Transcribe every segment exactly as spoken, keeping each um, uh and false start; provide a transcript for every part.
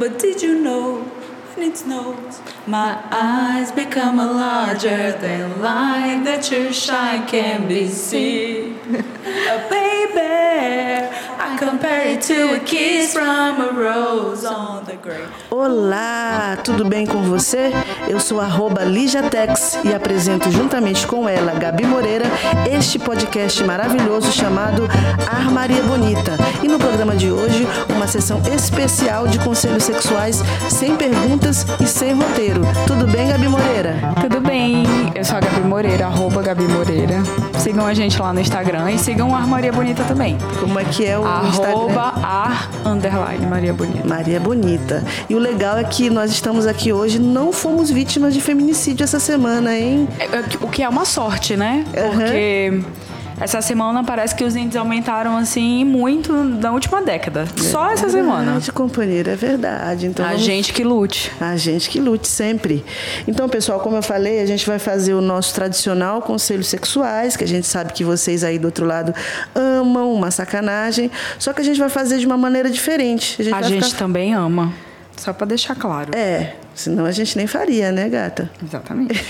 But did you know when it snows, my eyes become a larger than light that your shine can be seen. Oh, baby, I compare it to a kiss from a rose on the grave. Olá, tudo bem com você? Eu sou arroba Lijatex e apresento juntamente com ela, Gabi Moreira, este podcast maravilhoso chamado Armaria Bonita. E no programa de hoje, uma sessão especial de conselhos sexuais sem perguntas e sem roteiro. Tudo bem, Gabi Moreira? Tudo bem, eu sou a Gabi Moreira, arroba Gabi Moreira. Sigam a gente lá no Instagram e sigam a Armaria Bonita também. Como é que é o arroba Instagram? Arroba ar, underline, Maria Bonita. Maria Bonita. E o legal é que nós estamos aqui hoje, não fomos vítimas de feminicídio essa semana, hein? O que é uma sorte, né? Uhum. Porque essa semana parece que os índices aumentaram, assim, muito na última década. É Só essa verdade, semana. Companheira, é verdade. Então, a vamos... gente que lute. A gente que lute sempre. Então, pessoal, como eu falei, a gente vai fazer o nosso tradicional conselhos sexuais, que a gente sabe que vocês aí do outro lado amam, uma sacanagem. Só que a gente vai fazer de uma maneira diferente. A gente, a gente ficar... também ama. Só para deixar claro. É, senão a gente nem faria, né, gata? Exatamente.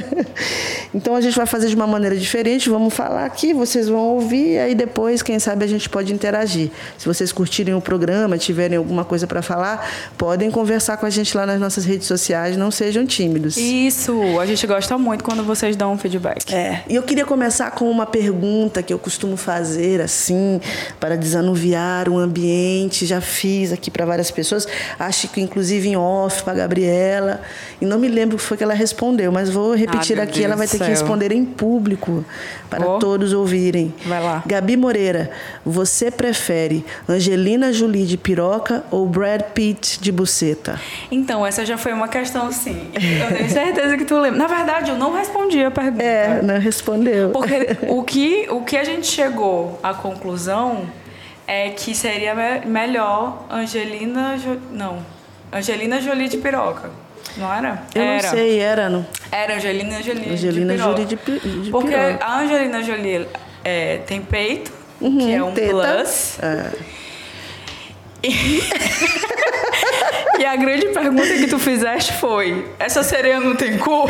Então a gente vai fazer de uma maneira diferente, vamos falar aqui, vocês vão ouvir, e aí depois, quem sabe, a gente pode interagir. Se vocês curtirem o programa, tiverem alguma coisa para falar, podem conversar com a gente lá nas nossas redes sociais, não sejam tímidos. Isso, a gente gosta muito quando vocês dão um feedback. É, e eu queria começar com uma pergunta que eu costumo fazer, assim, para desanuviar o ambiente, já fiz aqui para várias pessoas, acho que inclusive em off para a Gabriela, e não me lembro o que foi que ela respondeu, mas vou repetir ah, aqui, ela vai ter que responder em público para oh. todos ouvirem. Vai lá. Gabi Moreira, você prefere Angelina Jolie de piroca ou Brad Pitt de buceta? Então, essa já foi uma questão, sim. Eu tenho certeza que tu lembra. Na verdade, eu não respondi a pergunta. É, não respondeu. Porque o que, o que a gente chegou à conclusão é que seria me- melhor Angelina Jolie... Não, Angelina Jolie de piroca. Não era? Eu era. não sei, era, não? Era Angelina Jolie Angelina de piroca. Jolie de, pi- de Porque piroca. a Angelina Jolie é, tem peito, uhum, que é um teta. plus. É. E... e a grande pergunta que tu fizeste foi: essa sereia não tem cor?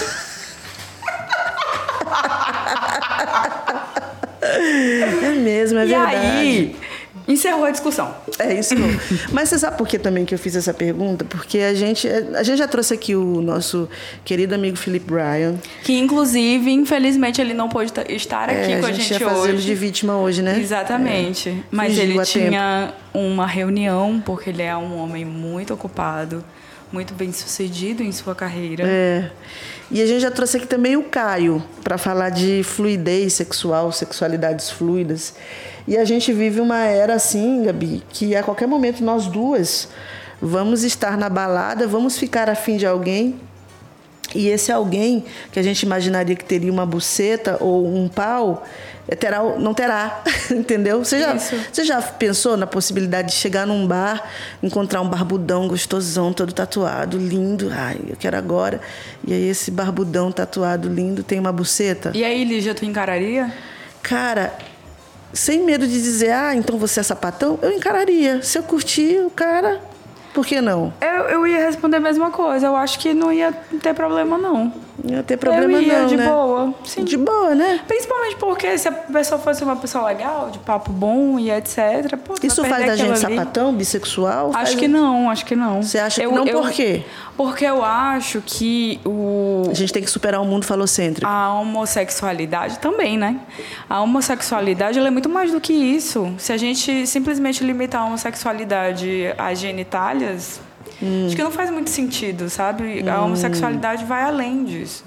É mesmo, é e verdade. E aí, encerrou a discussão. É isso mesmo. Mas você sabe por que também que eu fiz essa pergunta? Porque a gente, a gente já trouxe aqui o nosso querido amigo Philip Bryan. Que, inclusive, infelizmente, ele não pôde estar aqui é, com a gente, gente ia fazer hoje. ele de vítima hoje, né? Exatamente. É. Mas Fugiu ele tinha tempo. uma reunião, porque ele é um homem muito ocupado, muito bem sucedido em sua carreira. É. E a gente já trouxe aqui também o Caio, para falar de fluidez sexual, sexualidades fluidas. E a gente vive uma era assim, Gabi, que a qualquer momento nós duas vamos estar na balada, vamos ficar afim de alguém, e esse alguém que a gente imaginaria que teria uma buceta ou um pau, terá, não terá, entendeu? Você já, você já pensou na possibilidade de chegar num bar, encontrar um barbudão gostosão, todo tatuado, lindo, ai, eu quero agora, e aí esse barbudão tatuado, lindo, tem uma buceta? E aí, Lígia, tu encararia? Cara, sem medo de dizer, ah, então você é sapatão, eu encararia. Se eu curtir o cara, por que não? Eu, eu ia responder a mesma coisa. Eu acho que não ia ter problema, não. Não ia ter problema, eu ia, não, de né? boa. Sim. De boa, né? Principalmente porque se a pessoa fosse uma pessoa legal, de papo bom e etcétera. Pô, isso faz da gente ali. sapatão, bissexual? Acho faz... que não, acho que não. Você acha eu, que não? Eu, por quê? Porque eu acho que o... A gente tem que superar o mundo falocêntrico. A homossexualidade também, né? A homossexualidade, ela é muito mais do que isso. Se a gente simplesmente limitar a homossexualidade às genitálias, hum. acho que não faz muito sentido, sabe? Hum. A homossexualidade vai além disso.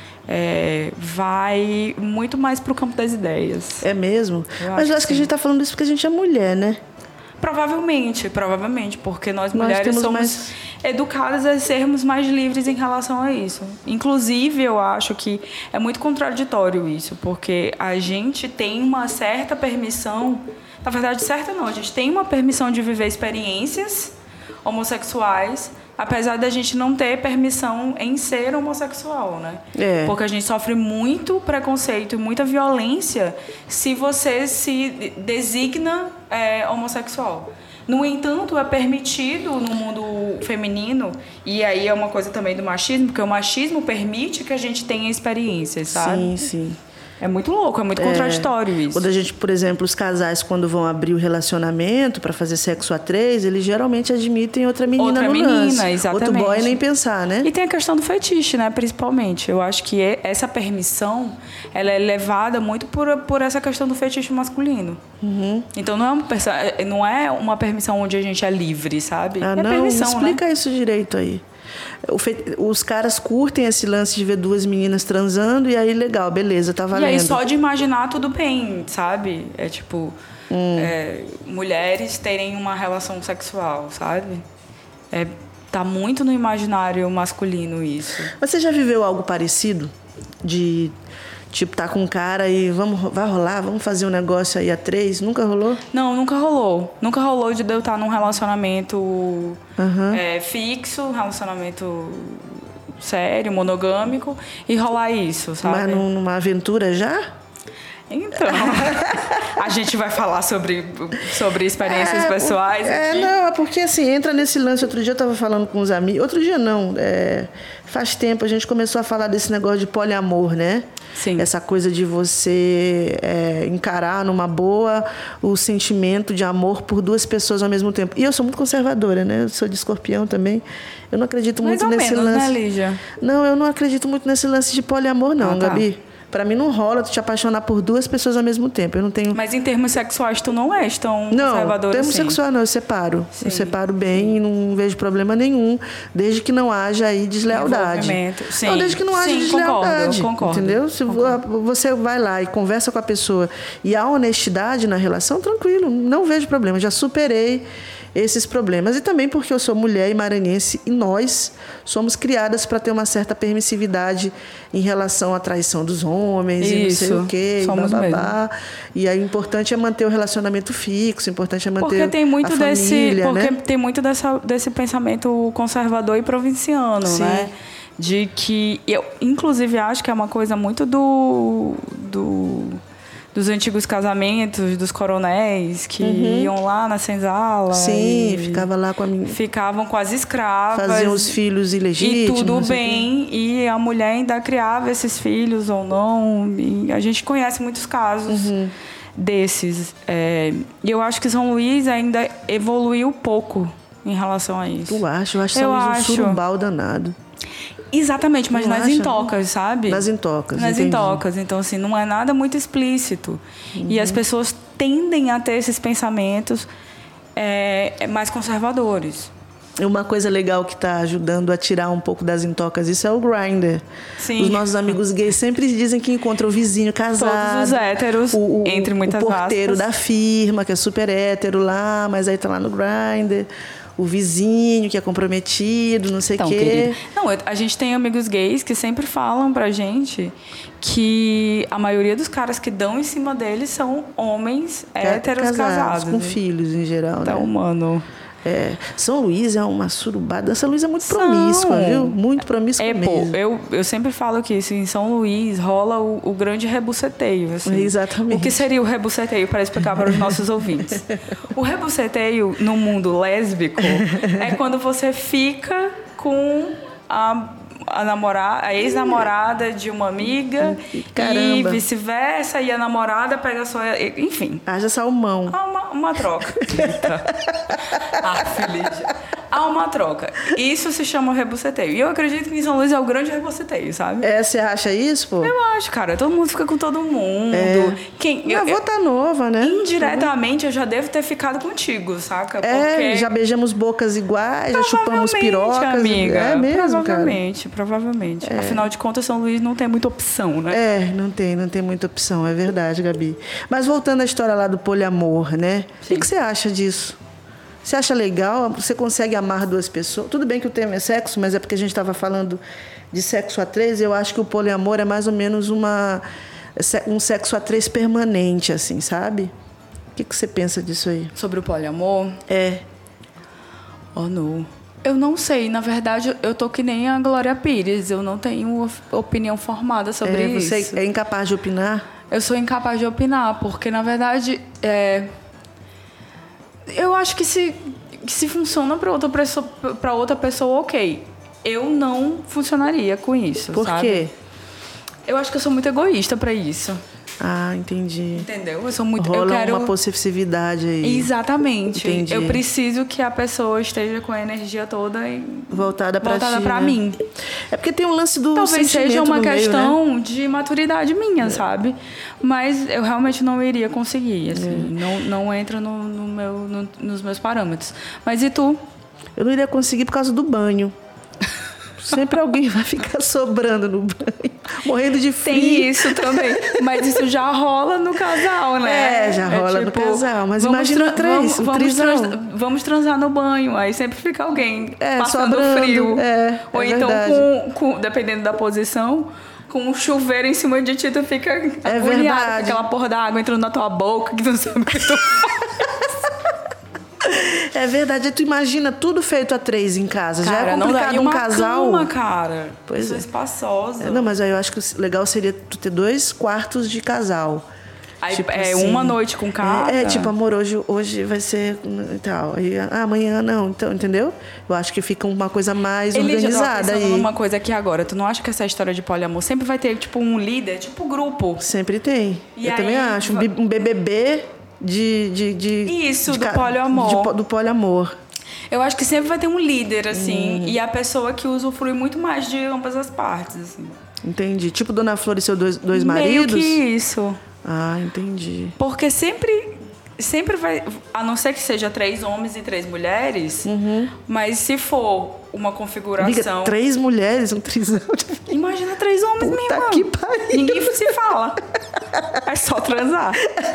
É, vai muito mais para o campo das ideias. É mesmo? Eu Mas acho eu acho que, que a gente está falando isso porque a gente é mulher, né? Provavelmente, provavelmente, porque nós, nós mulheres somos mais... educadas a sermos mais livres em relação a isso. Inclusive, eu acho que é muito contraditório isso, porque a gente tem uma certa permissão, na verdade, certa não, a gente tem uma permissão de viver experiências homossexuais, apesar da gente não ter permissão em ser homossexual, né? É. Porque a gente sofre muito preconceito e muita violência se você se designa é, homossexual. No entanto, é permitido no mundo feminino, e aí é uma coisa também do machismo, porque o machismo permite que a gente tenha experiências, sabe? Sim, sim. É muito louco, é muito contraditório isso. Quando a gente, por exemplo, os casais, quando vão abrir o relacionamento para fazer sexo a três, eles geralmente admitem outra menina outra no menina, lance. exatamente. Outro boy nem pensar, né? E tem a questão do fetiche, né? Principalmente. Eu acho que essa permissão, ela é levada muito por, por essa questão do fetiche masculino. Uhum. Então não é, uma, não é uma permissão onde a gente é livre, sabe? Ah, é não, permissão, explica né? isso direito aí. Os caras curtem esse lance de ver duas meninas transando e aí, legal, beleza, tá valendo. E aí, só de imaginar, tudo bem, sabe? É tipo, hum. é, mulheres terem uma relação sexual, sabe? É, tá muito no imaginário masculino isso. Mas você já viveu algo parecido? De, tipo, tá com um cara e vamos, vai rolar, vamos fazer um negócio aí a três? Nunca rolou? Não, nunca rolou. Nunca rolou de eu estar num relacionamento uhum. é, fixo, um relacionamento sério, monogâmico, e rolar isso, sabe? Mas numa aventura já? Então, a gente vai falar sobre, sobre experiências é, pessoais é, aqui. Não, porque assim, entra nesse lance. Outro dia eu estava falando com uns amigos. Outro dia não, é, faz tempo a gente começou a falar desse negócio de poliamor, né? Sim. Essa coisa de você é, encarar numa boa o sentimento de amor por duas pessoas ao mesmo tempo. E eu sou muito conservadora, né? Eu sou de Escorpião também. Eu não acredito Mais muito ou nesse menos, lance. Né, Lígia? Não, eu não acredito muito nesse lance de poliamor, não, ah, tá. Gabi. Pra mim não rola tu te apaixonar por duas pessoas ao mesmo tempo. Eu não tenho... Mas em termos sexuais tu não és tão não, conservadora assim? Não, termos sexuais não, eu separo. Sim. Eu separo bem e não vejo problema nenhum, desde que não haja aí deslealdade. Sim. Não, desde que não haja Sim, deslealdade. Concordo, concordo, entendeu? Se concordo. você vai lá e conversa com a pessoa e há honestidade na relação, tranquilo, não vejo problema. Já superei esses problemas. E também porque eu sou mulher e maranhense e nós somos criadas para ter uma certa permissividade em relação à traição dos homens. Isso, e não sei o quê, somos e bababá. mesmo. E aí o importante é manter o relacionamento fixo, o importante é manter porque tem muito a desse, família, porque né? tem muito dessa, desse pensamento conservador e provinciano, Sim. né? De que eu, inclusive, acho que é uma coisa muito do... do dos antigos casamentos, dos coronéis que uhum. iam lá na senzala. Sim, e ficava lá com a minha... Ficavam com as escravas. Faziam os filhos ilegítimos. E tudo bem, e a mulher ainda criava esses filhos ou não. E a gente conhece muitos casos uhum. desses. É, e eu acho que São Luís ainda evoluiu pouco em relação a isso. Tu acha? Eu acho São Luís um surubal danado. Exatamente, mas não nas acha? intocas, sabe? Nas intocas, Nas entendi. intocas. Então, assim, não é nada muito explícito. Uhum. E as pessoas tendem a ter esses pensamentos é, mais conservadores. Uma coisa legal que está ajudando a tirar um pouco das intocas, isso é o Grindr. Sim. Os nossos amigos gays sempre dizem que encontram o vizinho casado. Todos os héteros, o, o, entre muitas o porteiro aspas. da firma, que é super hétero lá, mas aí tá lá no Grindr. O vizinho que é comprometido, não sei o então, quê. Querido, não, a gente tem amigos gays que sempre falam pra gente que a maioria dos caras que dão em cima deles são homens héteros casados. casados Com né? filhos, em geral, então, né? mano... É, São Luís é uma surubada. São Luís é muito promíscua, São... viu? Muito promíscua é, mesmo. Pô, eu, eu sempre falo que assim, em São Luís rola o, o grande rebuceteio. Assim. Exatamente. O que seria o rebuceteio, para explicar para os nossos ouvintes? O rebuceteio no mundo lésbico é quando você fica com a... a namorada, a ex-namorada de uma amiga. Caramba. E vice-versa, e a namorada pega a sua... Enfim. Haja salmão. Há uma, uma troca. Ah, Lígia. Há uma troca. Isso se chama rebuceteio. E eu acredito que em São Luís é o grande rebuceteio, sabe? É, você acha isso, pô? Eu acho, cara. Todo mundo fica com todo mundo. É. Quem, Minha eu, avó tá nova, né? Indiretamente, eu já devo ter ficado contigo, saca? É, porque... já beijamos bocas iguais, já chupamos pirocas. Amiga, é mesmo, provavelmente, cara? Provavelmente. É. Afinal de contas, São Luís não tem muita opção, né? É, não tem, não tem muita opção, é verdade, Gabi. Mas voltando à história lá do poliamor, né? Sim. O que, que você acha disso? Você acha legal? Você consegue amar duas pessoas? Tudo bem que o tema é sexo, mas é porque a gente estava falando de sexo a três. Eu acho que o poliamor é mais ou menos uma, um sexo a três permanente, assim, sabe? O que, que você pensa disso aí? Sobre o poliamor? É. Oh, não. Eu não sei. Na verdade, eu tô que nem a Glória Pires. Eu não tenho opinião formada sobre é, você isso. Você é incapaz de opinar? Eu sou incapaz de opinar, porque, na verdade... É... Eu acho que se, que se funciona para outra pessoa, para outra pessoa, ok. Eu não funcionaria com isso, Por sabe? quê? Eu acho que eu sou muito egoísta para isso. Ah, entendi. Entendeu? Eu sou muito... Rola eu quero... uma possessividade aí. Exatamente. Entendi. Eu preciso que a pessoa esteja com a energia toda e... Voltada pra voltada ti, pra né? mim. É porque tem um lance do Talvez sentimento seja uma no meio, questão né? de maturidade minha, é. sabe? Mas eu realmente não iria conseguir, assim. É. Não, não entra no, no meu, no, nos meus parâmetros. Mas e tu? Eu não iria conseguir por causa do banho. Sempre alguém vai ficar sobrando no banho, morrendo de frio. Tem isso também. Mas isso já rola no casal, né? É, já rola é tipo, no casal. Mas imagina três, vamos, um vamos, trans, vamos transar no banho. Aí sempre fica alguém é, passando sobrando, frio. É, Ou é então, com, com, dependendo da posição, com um chuveiro em cima de ti, tu fica é agoniado com aquela porra da água entrando na tua boca, que tu não sabe o que tu faz. É verdade, tu imagina tudo feito a três em casa. Cara, já é complicado não um casal. Cama, cara. Pois é. Espaçosa. É, não, mas aí eu acho que o legal seria tu ter dois quartos de casal. Aí, tipo é assim, uma noite com cada. É, é, tipo, amor, hoje, hoje vai ser e tal. Aí, ah, amanhã não, então, entendeu? Eu acho que fica uma coisa mais Ele organizada aí. uma coisa aqui agora. Tu não acha que essa história de poliamor sempre vai ter, tipo, um líder, tipo, grupo? Sempre tem. E eu aí, também acho. Um B B B de... de, de Isso, de, do poliamor. De, do poliamor. Eu acho que sempre vai ter um líder, assim. Hum. E a pessoa que usufrui muito mais de ambas as partes, assim. Entendi. Tipo Dona Flor e seus dois, dois Meio maridos? Meio que isso. Ah, entendi. Porque sempre... Sempre vai... A não ser que seja três homens e três mulheres. Uhum. Mas se for uma configuração... Amiga, três mulheres, um trisão. Imagina três homens, minha irmã. Puta que pariu. Ninguém se fala. É só transar.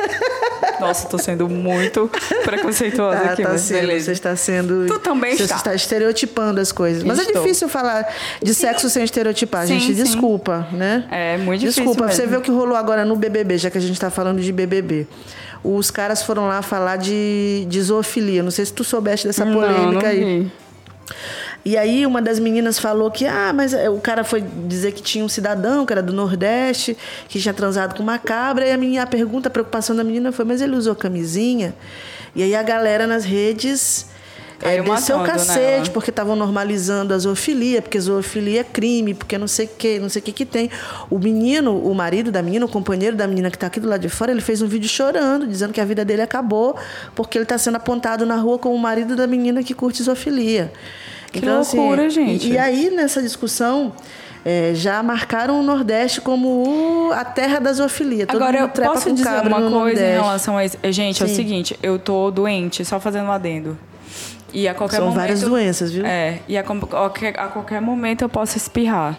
Nossa, tô sendo muito preconceituosa tá, aqui, tá mas sendo, beleza. Você está sendo... Tu também você está. Você está estereotipando as coisas. Mas Estou. é difícil falar de sim. sexo sem estereotipar. Sim, gente, sim. desculpa, né? É muito difícil Desculpa, mesmo. você vê o que rolou agora no B B B, já que a gente está falando de B B B. Os caras foram lá falar de, de zoofilia. Não sei se tu soubeste dessa polêmica não, não aí. Vi. E aí uma das meninas falou que ah, mas o cara foi dizer que tinha um cidadão que era do Nordeste, que tinha transado com uma cabra, e a, menina, a pergunta, a preocupação da menina foi, mas ele usou camisinha? E aí a galera nas redes é, desceu o cacete, nela. Porque estavam normalizando a zoofilia, porque zoofilia é crime, porque não sei o que, não sei o que que tem. O menino, o marido da menina, o companheiro da menina que está aqui do lado de fora, ele fez um vídeo chorando, dizendo que a vida dele acabou, porque ele está sendo apontado na rua como o marido da menina que curte zoofilia. Que então, loucura, assim, gente. E, e aí, nessa discussão, é, já marcaram o Nordeste como o, a terra da zoofilia. Todo Agora, eu trepa posso com dizer cabra uma no coisa Nordeste. em relação a isso? Gente, Sim. é o seguinte, eu tô doente, só fazendo um adendo. E a qualquer São momento, várias doenças, viu? É, e a, a qualquer momento eu posso espirrar.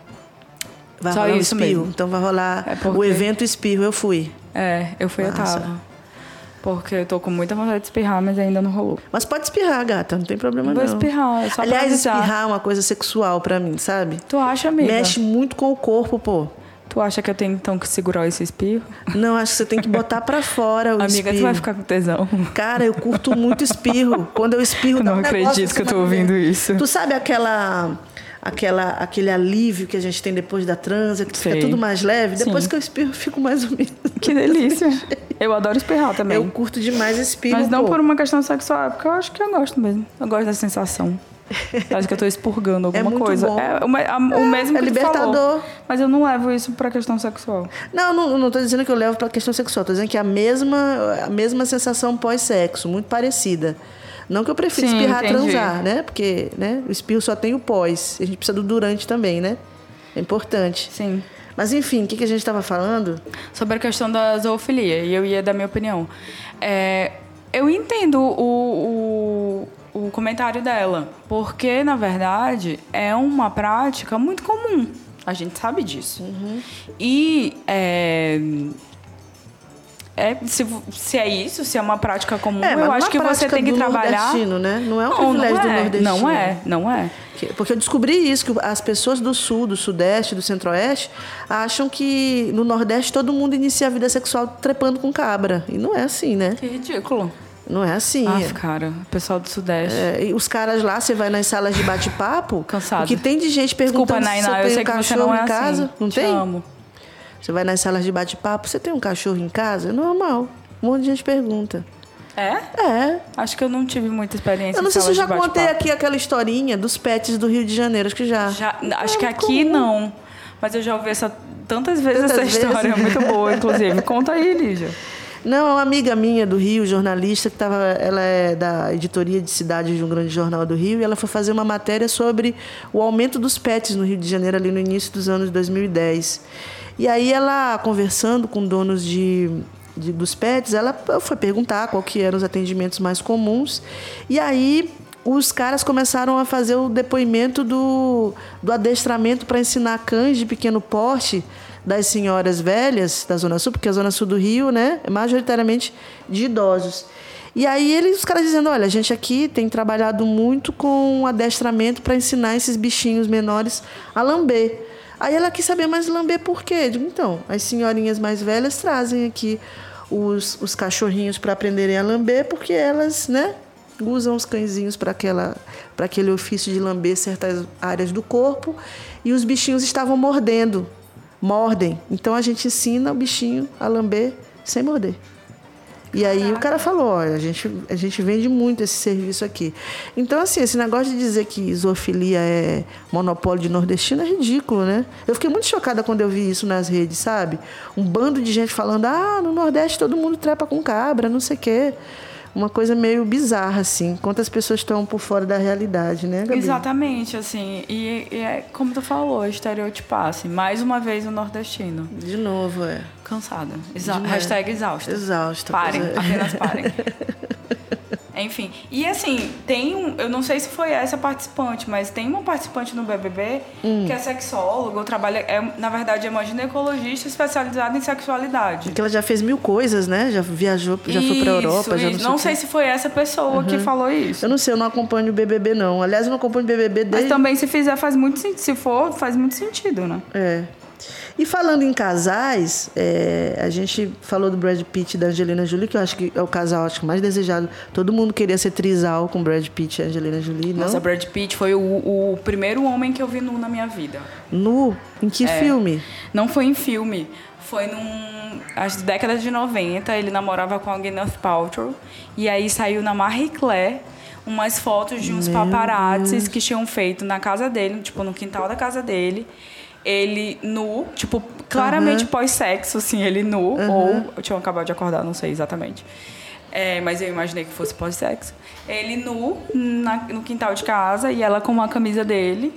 Vai só rolar isso um espirro. mesmo. Então vai rolar é porque... o evento espirro, eu fui. É, eu fui, Massa. eu tava. Porque eu tô com muita vontade de espirrar, mas ainda não rolou. Mas pode espirrar, gata, não tem problema Vou não. Vou espirrar, é só Aliás, pra avisar. espirrar é uma coisa sexual pra mim, sabe? Tu acha, amiga? Mexe muito com o corpo, pô. Tu acha que eu tenho então que segurar esse espirro? Não, acho que você tem que botar pra fora o Amiga, espirro. tu vai ficar com tesão. Cara, eu curto muito espirro. Quando eu espirro, eu dá não um acredito que eu tô ouvindo isso. Tu sabe aquela... Aquela, aquele alívio que a gente tem depois da transa, que Sei. fica tudo mais leve. Depois Sim. que eu espirro, eu fico mais ou menos. Que delícia. Eu adoro espirrar também. Eu curto demais espirro. Mas não pô. por uma questão sexual, é porque eu acho que eu gosto mesmo. Eu gosto da sensação. Acho que eu tô expurgando alguma é muito coisa. Bom. É o, a, o mesmo é que libertador. Tu falou, mas eu não levo isso pra questão sexual. Não, não, não tô dizendo que eu levo pra questão sexual. Tô dizendo que é a mesma, a mesma sensação pós-sexo, muito parecida. Não que eu prefiro Sim, espirrar entendi. transar, né? Porque né, o espirro só tem o pós. A gente precisa do durante também, né? É importante. Sim. Mas, enfim, o que, que a gente estava falando? Sobre a questão da zoofilia, e eu ia dar minha opinião. É, eu entendo o, o, o comentário dela, porque, na verdade, é uma prática muito comum. A gente sabe disso. Uhum. E... É, É, se, se é isso, se é uma prática comum, é, eu acho que você tem que trabalhar... Né? Não é um não, privilégio não é, do nordestino. Não é, não é. Porque eu descobri isso, que as pessoas do sul, do sudeste, do centro-oeste, acham que no nordeste todo mundo inicia a vida sexual trepando com cabra. E não é assim, né? Que ridículo. Não é assim. Ah, é. cara, pessoal do sudeste. É, e os caras lá, você vai nas salas de bate-papo... Cansado. O que tem de gente perguntando Desculpa, Nainá, se eu você sei tem um que você cachorro não é em casa. assim. Não Te tem? amo. Você vai nas salas de bate-papo, você tem um cachorro em casa? É normal. Um monte de gente pergunta. É? É. Acho que eu não tive muita experiência. Eu não sei se eu já contei aqui aqui aquela historinha dos pets do Rio de Janeiro. Acho que já. já acho é, que aqui comum. Não. Mas eu já ouvi essa, tantas vezes tantas essa vezes. História. É muito boa, inclusive. Conta aí, Lígia. Não, uma amiga minha do Rio, jornalista, que tava, ela é da editoria de cidades de um grande jornal do Rio, e ela foi fazer uma matéria sobre o aumento dos pets no Rio de Janeiro, ali no início dos anos dois mil e dez. E aí ela, conversando com donos de... De, dos pets, ela foi perguntar qual que eram os atendimentos mais comuns. E aí os caras começaram a fazer o depoimento do, do adestramento para ensinar cães de pequeno porte das senhoras velhas da Zona Sul, porque a Zona Sul do Rio, né, é majoritariamente de idosos. E aí eles, os caras dizendo, olha, a gente aqui tem trabalhado muito com adestramento para ensinar esses bichinhos menores a lamber. Aí ela quis saber, mas lamber por quê? Eu digo, então, as senhorinhas mais velhas trazem aqui os, os cachorrinhos para aprenderem a lamber, porque elas, né, usam os cãezinhos para aquela, para aquele ofício de lamber certas áreas do corpo, e os bichinhos estavam mordendo, mordem. Então a gente ensina o bichinho a lamber sem morder. E aí Caraca. O cara falou, olha, a gente, a gente vende muito esse serviço aqui. Então, assim, esse negócio de dizer que zoofilia é monopólio de nordestino é ridículo, né? Eu fiquei muito chocada quando eu vi isso nas redes, sabe? Um bando de gente falando, ah, no Nordeste todo mundo trepa com cabra, não sei o quê. Uma coisa meio bizarra, assim. Quantas pessoas estão por fora da realidade, né, Gabi? Exatamente, assim. E, e é como tu falou, estereotipar, assim. Mais uma vez o nordestino. De novo, é. Cansada. Exa- Hashtag exausta. Exausta. Parem, é. apenas parem. Enfim. E assim, tem um... Eu não sei se foi essa participante, mas tem uma participante no B B B hum. que é sexóloga, trabalha... É, na verdade, é uma ginecologista especializada em sexualidade. Que ela já fez mil coisas, né? Já viajou, já isso, foi pra Europa. Isso. Já não sei, não sei se foi essa pessoa uhum. que falou isso. Eu não sei, eu não acompanho o B B B, não. Aliás, eu não acompanho o B B B desde... Mas também, se fizer, faz muito sentido. Se for, faz muito sentido, né? É. E falando em casais, é, a gente falou do Brad Pitt e da Angelina Jolie, que eu acho que é o casal acho que mais desejado. Todo mundo queria ser trisal com Brad Pitt e Angelina Jolie, não? Nossa, Brad Pitt foi o, o primeiro homem que eu vi nu na minha vida. Nu? Em que é, filme? Não foi em filme. Foi num... As décadas de noventa, ele namorava com a Gwyneth Paltrow. E aí saiu na Marie Claire umas fotos de uns Meu paparazzis Deus. Que tinham feito na casa dele, tipo, no quintal da casa dele. Ele nu, tipo, claramente uhum. pós-sexo, assim, ele nu. Uhum. Ou tinham acabado de acordar, não sei exatamente. É, mas eu imaginei que fosse pós-sexo. Ele nu, na, no quintal de casa, e ela com uma camisa dele.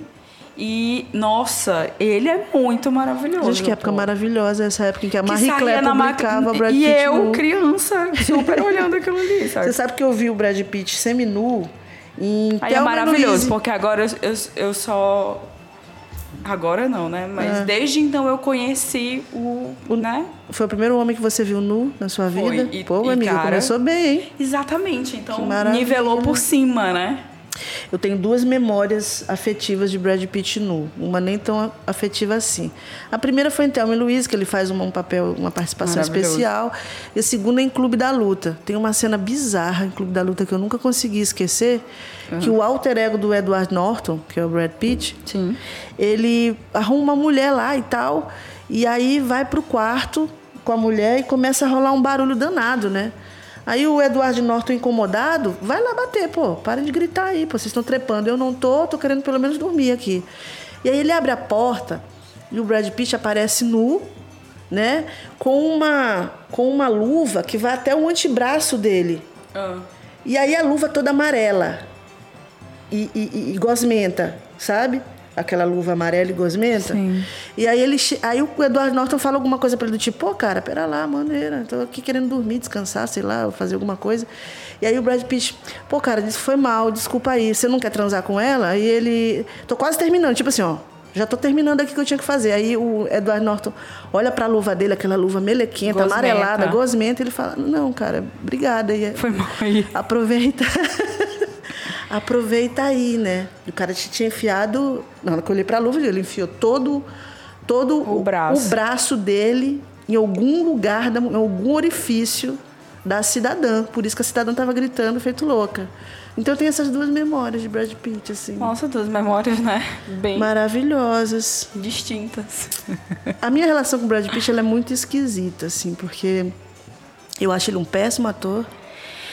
E, nossa, ele é muito maravilhoso. Gente, que época pô. maravilhosa essa época em que a Marie Claire publicava ma... o Brad Pitt Pitt E eu, nu. criança, super olhando aquilo ali, sabe? Você sabe que eu vi o Brad Pitt seminu em Aí é maravilhoso, Louise. Porque agora eu, eu, eu só... Agora não, né? Mas é. desde então eu conheci o, o... né? Foi o primeiro homem que você viu nu na sua Foi. vida? E, Pô, e amiga, cara, começou bem, hein? Exatamente. Então, nivelou por cima, né? Eu tenho duas memórias afetivas de Brad Pitt nu. Uma nem tão afetiva assim. A primeira foi em Thelma e Louise, que ele faz um papel, uma participação especial. E a segunda é em Clube da Luta. Tem uma cena bizarra em Clube da Luta que eu nunca consegui esquecer, uhum. que o alter ego do Edward Norton, que é o Brad Pitt, Sim. ele arruma uma mulher lá e tal, e aí vai pro quarto com a mulher e começa a rolar um barulho danado, né? Aí o Edward Norton, incomodado, vai lá bater, pô, parem de gritar aí, pô, vocês estão trepando, eu não tô, tô querendo pelo menos dormir aqui. E aí ele abre a porta e o Brad Pitt aparece nu, né, com uma, com uma luva que vai até o antebraço dele. Ah. E aí a luva toda amarela e, e, e gosmenta, sabe? Aquela luva amarela e gosmenta. Sim. E aí, ele, aí o Edward Norton fala alguma coisa pra ele do tipo, pô, cara, pera lá, maneira, tô aqui querendo dormir, descansar, sei lá, fazer alguma coisa. E aí o Brad Pitt, pô, cara, isso foi mal, desculpa aí, você não quer transar com ela? E ele, tô quase terminando, tipo assim, ó, já tô terminando aqui o que eu tinha que fazer. Aí o Edward Norton olha pra luva dele, aquela luva melequenta, gosmenta. amarelada, gosmenta, ele fala, não, cara, obrigada. E foi mal aí. Aproveita... Aproveita aí, né? O cara te tinha enfiado... Na hora que eu olhei pra luva, ele enfiou todo, todo o, braço. o braço dele em algum lugar, em algum orifício da cidadã. Por isso que a cidadã estava gritando, feito louca. Então eu tenho essas duas memórias de Brad Pitt, assim. Nossa, duas memórias, né? Bem... maravilhosas. Distintas. A minha relação com o Brad Pitt ela é muito esquisita, assim, porque eu acho ele um péssimo ator.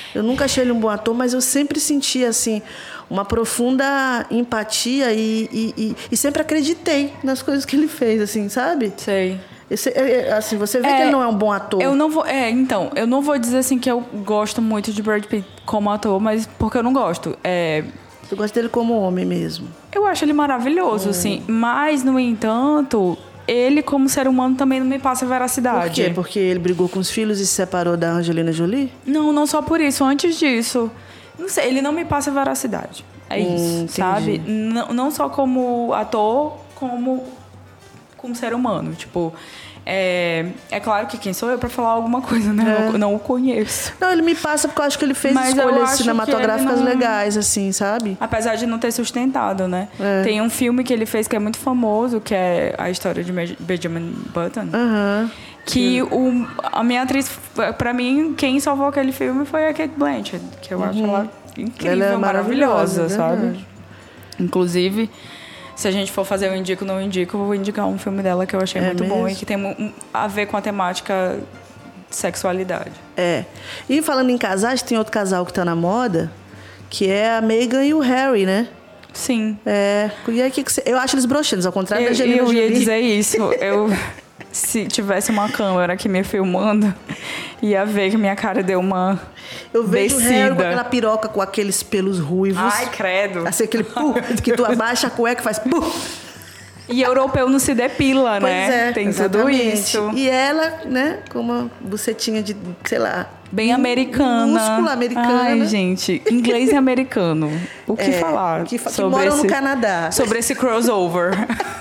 Eu nunca achei ele um bom ator, mas eu sempre senti, assim, uma profunda empatia e, e, e, e sempre acreditei nas coisas que ele fez, assim, sabe? Sei. Esse, assim, você vê É, que ele não é um bom ator. Eu não vou, é, então, eu não vou dizer assim que eu gosto muito de Brad Pitt como ator, mas porque eu não gosto. É, Eu gosto dele como homem mesmo. eu acho ele maravilhoso, Hum. assim, mas, no entanto, ele como ser humano também não me passa veracidade. Por quê? Porque ele brigou com os filhos e se separou da Angelina Jolie? Não, não só por isso. Antes disso, não sei, ele não me passa veracidade. É Hum, isso, entendi. sabe? Não, não só como ator, como como ser humano. Tipo, é, é claro que quem sou eu pra falar alguma coisa, né? É. Eu não o conheço. Não, ele me passa porque eu acho que ele fez Mas eu escolhas acho que cinematográficas ele não- legais, assim, sabe? Apesar de não ter sustentado, né? É. Tem um filme que ele fez que é muito famoso, que é a história de Benj- Benjamin Button. Aham. Que o, a minha atriz, pra mim, quem salvou aquele filme foi a Cate Blanchett, que eu acho ela incrível, Ela é maravilhosa, maravilhosa, sabe? verdade. Inclusive, se a gente for fazer o indico não indico, eu vou indicar um filme dela que eu achei É muito bom mesmo? e que tem mu- um- a ver com a temática de sexualidade. É. E falando em casais, tem outro casal que tá na moda, que é a Meghan e o Harry, né? Sim. É. E aí, que que você... Eu acho eles broxantes, ao contrário da Eu, Angelina eu ia Jolie. dizer isso. Eu, se tivesse uma câmera aqui me filmando, ia ver que minha cara deu uma Eu vejo o Harry descida. com aquela piroca com aqueles pelos ruivos. Ai, credo. Assim, aquele pu, que tu abaixa a cueca e faz pu. E europeu não se depila, Pois né? é, Tem tudo exatamente. isso. E ela, né, com uma bucetinha de, sei lá... Bem americana. Músculo americana. Ai, gente. Inglês e americano. O que É, falar? que, fa- que sobre moram esse, no Canadá. Sobre esse crossover.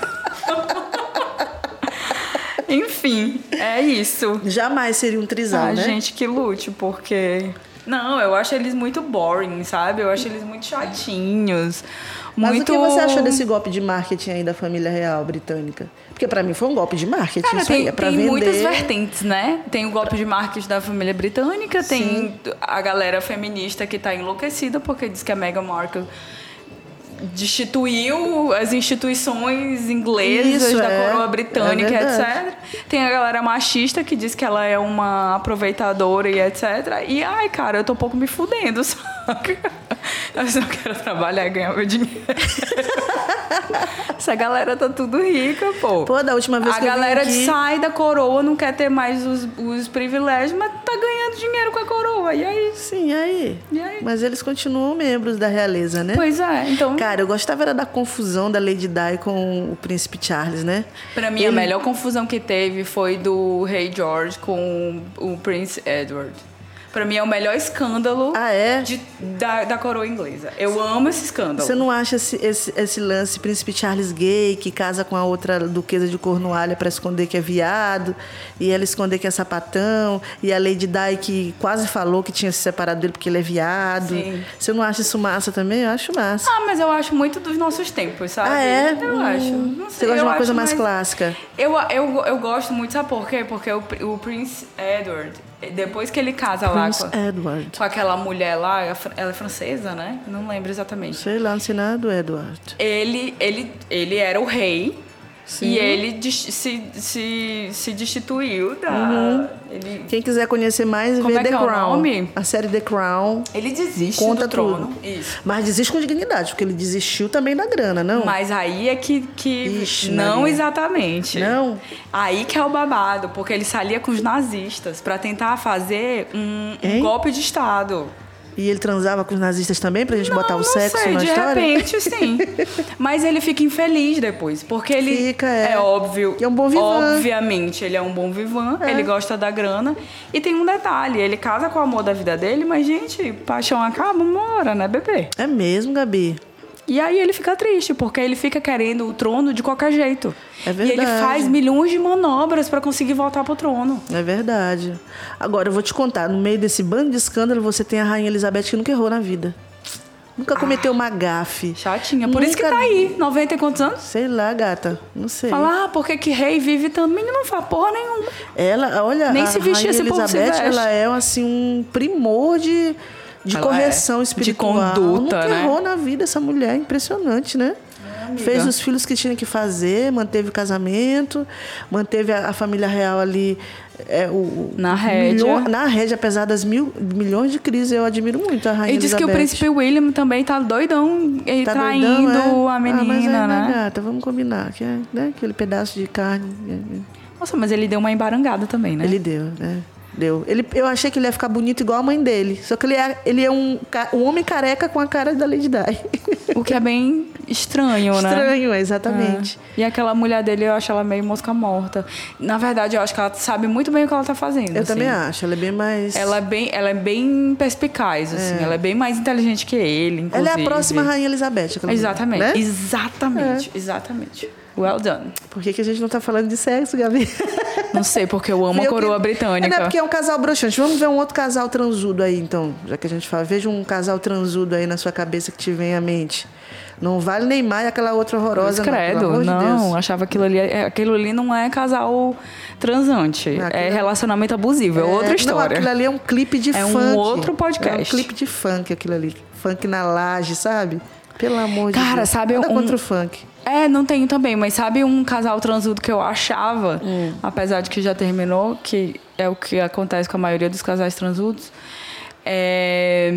Enfim, é isso. Jamais seria um trisal, Ah, né? gente, que lute, porque... Não, eu acho eles muito boring, sabe? Eu acho eles muito chatinhos. Mas muito... o que você achou desse golpe de marketing aí da família real britânica? Porque pra mim foi um golpe de marketing. Cara, isso aí tem, é pra tem vender. muitas vertentes, né? Tem o golpe de marketing da família britânica, tem a galera feminista que tá enlouquecida porque diz que a Meghan Markle destituiu as instituições inglesas Isso, da é. coroa britânica, É verdade. etcétera. Tem a galera machista que diz que ela é uma aproveitadora e etcétera. E, ai, cara, eu tô um pouco me fudendo, saca? Eu só quero trabalhar e ganhar meu dinheiro. Essa galera tá tudo rica, pô. Pô, da última vez A que eu vim galera aqui- sai da coroa, não quer ter mais os, os privilégios, mas tá ganhando dinheiro com a coroa. E aí? Sim, aí? E aí? Mas eles continuam membros da realeza, né? Pois é, então... Cara, eu gostava era da confusão da Lady Di com o príncipe Charles, né? Pra mim, a melhor confusão que teve foi do rei George com o Prince Edward. Pra mim, é o melhor escândalo Ah, é? de- da, da coroa inglesa. Eu amo esse escândalo. Você não acha esse, esse, esse lance príncipe Charles gay, que casa com a outra duquesa de Cornualha pra esconder que é viado, e ela esconder que é sapatão, e a Lady Di que quase falou que tinha se separado dele porque ele é viado. Sim. Você não acha isso massa também? Eu acho massa. Ah, mas eu acho muito dos nossos tempos, sabe? Ah, é? Eu Hum. acho. Não Você sei, gosta de eu uma coisa acho mais clássica? Eu, eu, eu gosto muito, sabe por quê? Porque o, o Prince Edward, depois que ele casa lá Prince com, Edward. com aquela mulher lá, ela é francesa, né? Não lembro exatamente. Sei lá, não sei nada do Edward. Ele, ele, ele era o rei. Sim. E ele dis- se, se, se destituiu da... Uhum. Ele, Quem quiser conhecer mais, Como vê é The que é o Crown. nome? A série The Crown. ele desiste Conta do trono. tudo. Isso. Mas desiste com dignidade, porque ele desistiu também da grana, não? Mas aí é que... que Ixi, não Maria. exatamente. Não? Aí que é o babado, porque ele salia com os nazistas pra tentar fazer um, um Hein? golpe de Estado. E ele transava com os nazistas também, pra gente botar o não sexo sei, na de história? repente, sim. Mas ele fica infeliz depois, porque ele... Fica, é. óbvio. E é um bom vivan. Obviamente, ele é um bom vivan, É. ele gosta da grana. E tem um detalhe, ele casa com o amor da vida dele, mas, gente, paixão acaba uma hora, né, bebê? É mesmo, Gabi. E aí ele fica triste, porque ele fica querendo o trono de qualquer jeito. É E ele verdade. faz milhões de manobras pra conseguir voltar pro trono. É verdade. Agora, eu vou te contar, no meio desse bando de escândalo, você tem a Rainha Elizabeth que nunca errou na vida. Nunca cometeu uma gafe. Chatinha. Por isso que Nunca- tá aí, noventa e quantos anos? Sei lá, gata. Não sei. Fala, ah, porque que rei vive tanto. Menino não faz porra nenhuma. Ela, olha, Nem a se vestir, Rainha esse povo se Elizabeth, veste. ela é assim um primor de, de Ela correção é. espiritual. De conduta, Nunca né? errou na vida essa mulher, impressionante, né? fez os filhos que tinha que fazer, manteve o casamento, manteve a, a família real ali. É, o, na rédea. Milho, na rédea, apesar das mil, milhões de crises, eu admiro muito a rainha E diz Elizabeth. que o príncipe William também tá doidão, ele tá traindo doidão, é? a menina, ah, mas aí, né? Gata, vamos combinar, que é, né, aquele pedaço de carne. Nossa, mas ele deu uma embarangada também, né? Ele deu, né? Deu. Ele, eu achei que ele ia ficar bonito igual a mãe dele. Só que ele é, ele é um, um homem careca com a cara da Lady Di. O que é bem estranho, né? Estranho, exatamente. É. E aquela mulher dele, eu acho ela meio mosca morta. Na verdade, eu acho que ela sabe muito bem o que ela tá fazendo. Eu assim. também acho. Ela é bem mais... Ela é bem, ela é bem perspicaz, assim. É. Ela é bem mais inteligente que ele, inclusive. Ela é a próxima Rainha Elizabeth. Exatamente. Né? Exatamente. É. Exatamente. Well done. Por que, que a gente não tá falando de sexo, Gabi? Não sei, porque eu amo a coroa que... britânica. É, não, é porque é um casal broxante. Vamos ver um outro casal transudo aí, então. Já que a gente fala, veja um casal transudo aí na sua cabeça que te vem à mente. Não vale Neymar e aquela outra horrorosa. Credo, não, não. De achava aquilo ali... Aquilo ali não é casal transante. Aquilo é relacionamento abusivo. É, é outra história. Não, aquilo ali é um clipe de é funk. É um outro podcast. É um clipe de funk, aquilo ali. Funk na laje, sabe? Pelo amor Cara, de Deus. sabe Nada um... contra o funk. É, não tenho também, mas sabe um casal transudo que eu achava, hum. apesar de que já terminou, que é o que acontece com a maioria dos casais transudos, é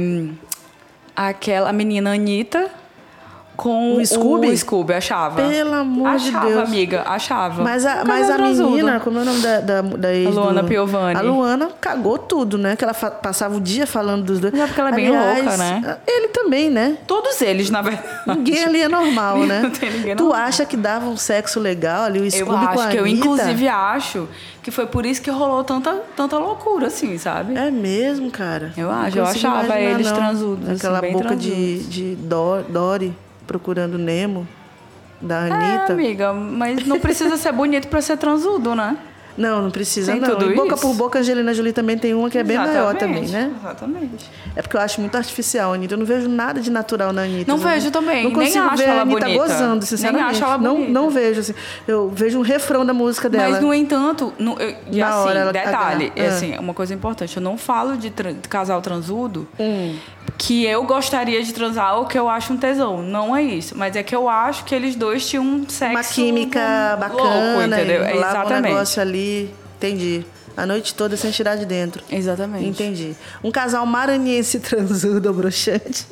aquela menina Anitta com o Scooby? O Scooby, achava. Pelo amor achava, de Deus. amiga, achava. Mas a, mas a menina, como é o nome da, da, da ex A Luana do... Piovani. A Luana cagou tudo, né? Que ela fa- passava o dia falando dos dois. Mas é porque ela é bem Aliás, louca, né? Ele também, né? Todos eles, na verdade. Ninguém ali é normal, né? Não tem ninguém tu normal. acha que dava um sexo legal ali, o Scooby eu acho com a que eu, Anitta? inclusive, acho que foi por isso que rolou tanta, tanta loucura, assim, sabe? É mesmo, cara. Eu acho, eu achava eles não. transudos. Aquela assim, boca transudos. de, de Dor, Dory procurando Nemo, da Anitta. É, amiga, mas não precisa ser bonito pra ser transudo, né? Não, não precisa tem não. Tudo e boca isso? por boca, Angelina Jolie também tem uma que é bem Exatamente, maior também, né? Exatamente. É porque eu acho muito artificial a Anitta. Eu não vejo nada de natural na Anitta. Não, não vejo também. Não consigo Nem acho ver ela a Anitta bonita. gozando, sinceramente. Nem acho ela não, bonita. não vejo, assim. Eu vejo um refrão da música dela. Mas, no entanto, no, eu, e Na assim, hora ela detalhe, cagar. é assim, uma coisa importante. Eu não falo de, tra- de casal transudo Hum. que eu gostaria de transar ou que eu acho um tesão. Não é isso. Mas é que eu acho que eles dois tinham um sexo... Uma química louco, bacana. entendeu? E rolava Exatamente. um negócio ali. Entendi. A noite toda sem tirar de dentro. Exatamente. Entendi. Um casal maranhense transudo ou broxante.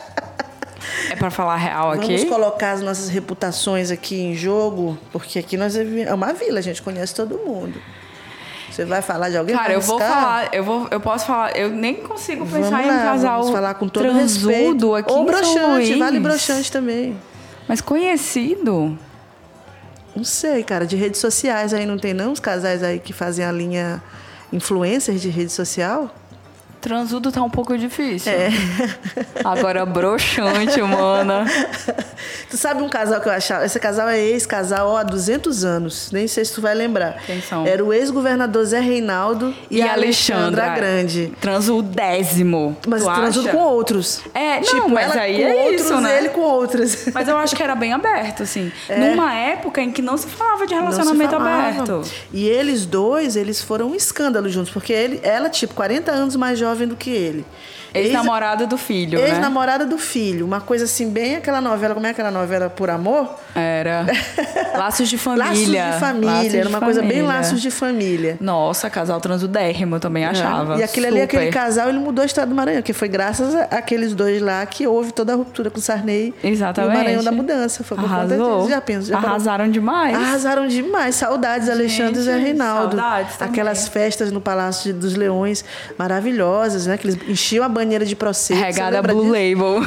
É pra falar real aqui? Vamos colocar as nossas reputações aqui em jogo, porque aqui nós é uma vila, a gente conhece todo mundo. Você vai falar de alguém? Cara, eu vou arriscar? falar, eu, vou, eu posso falar, eu nem consigo pensar Vamos em um lá, casal vamos falar com todo transudo respeito. aqui Ou em São broxante, Luís. vale broxante também. Mas conhecido? Não sei, cara, de redes sociais aí não tem não? Os casais aí que fazem a linha influencers de rede social? Transudo tá um pouco difícil. É. Agora, broxante, mana. Tu sabe um casal que eu achava? Esse casal é ex-casal ó, há duzentos anos. Nem sei se tu vai lembrar. Quem são? Era o ex-governador Zé Reinaldo e, E a Alexandra Alexandra Grande. Transudésimo. Mas tu transudo acha? com outros. É, tipo, não, mas ela aí com é outros, isso, né? ele com outras. Mas eu acho que era bem aberto, assim. É. Numa época em que não se falava de Não se relacionamento falava. aberto. E eles dois, eles foram um escândalo juntos. Porque ele, ela, tipo, quarenta anos mais jovem do que ele. Ex-namorada do filho, né? Ex-namorada do filho. Uma coisa assim, bem aquela novela. Como é aquela novela Por Amor? Era. Laços de família. Laços de família. Laços de Era uma coisa bem família. laços de família. Nossa, casal transudérrimo, eu também achava. E aquele ali, Super. aquele casal, ele mudou a história do Maranhão, que foi graças àqueles dois lá que houve toda a ruptura com o Sarney. Exatamente. E o Maranhão da mudança. Foi por conta Arrasou. disso. Já penso, já Arrasaram demais. Arrasaram demais. Saudades, Alexandre e Zé Reinaldo. saudades também. Aquelas festas no Palácio dos Leões maravilhosas, né? Que eles enchiam a banheira de processo. Regada Blue Label.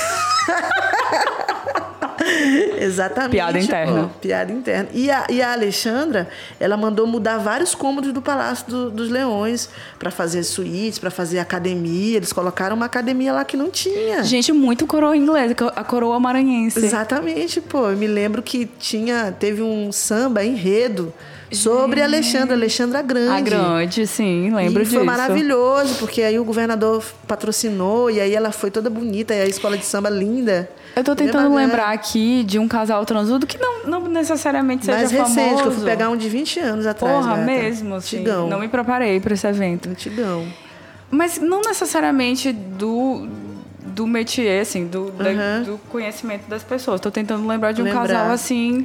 Exatamente. Piada interna. Pô, piada interna. E a, e a Alexandra, ela mandou mudar vários cômodos do Palácio do, dos Leões para fazer suítes, para fazer academia. Eles colocaram uma academia lá que não tinha. Gente, muito coroa inglesa, a coroa maranhense. Exatamente, pô. Eu me lembro que tinha, teve um samba enredo sobre Alexandra, Alexandra Grande. A Grande, sim, lembro e disso. foi maravilhoso, porque aí o governador patrocinou e aí ela foi toda bonita, e a escola de samba linda. Eu tô tentando lembrar aqui de um casal transudo que não, não necessariamente seja mais famoso. recente, que eu fui pegar um de vinte anos atrás. Porra, gata. mesmo, assim. Antigão. Não me preparei pra esse evento. Antigão. Mas não necessariamente do... do métier, assim, do, Uhum. da, do conhecimento das pessoas. Tô tentando lembrar de um Lembrar. casal assim...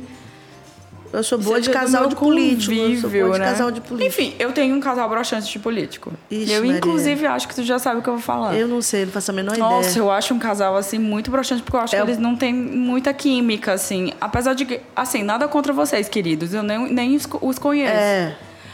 Eu sou boa de seja do casal meu de político. Eu sou boa convívio, de né? casal de político. Enfim, eu tenho um casal broxante de político. Ixi, eu, Maria. inclusive, acho que tu já sabe o que eu vou falar. Eu não sei, não faço a menor Nossa, ideia. eu acho um casal, assim, muito broxante, porque eu acho É que o- eles não têm muita química, assim. Apesar de que, assim, nada contra vocês, queridos. Eu nem, nem os, os conheço. É.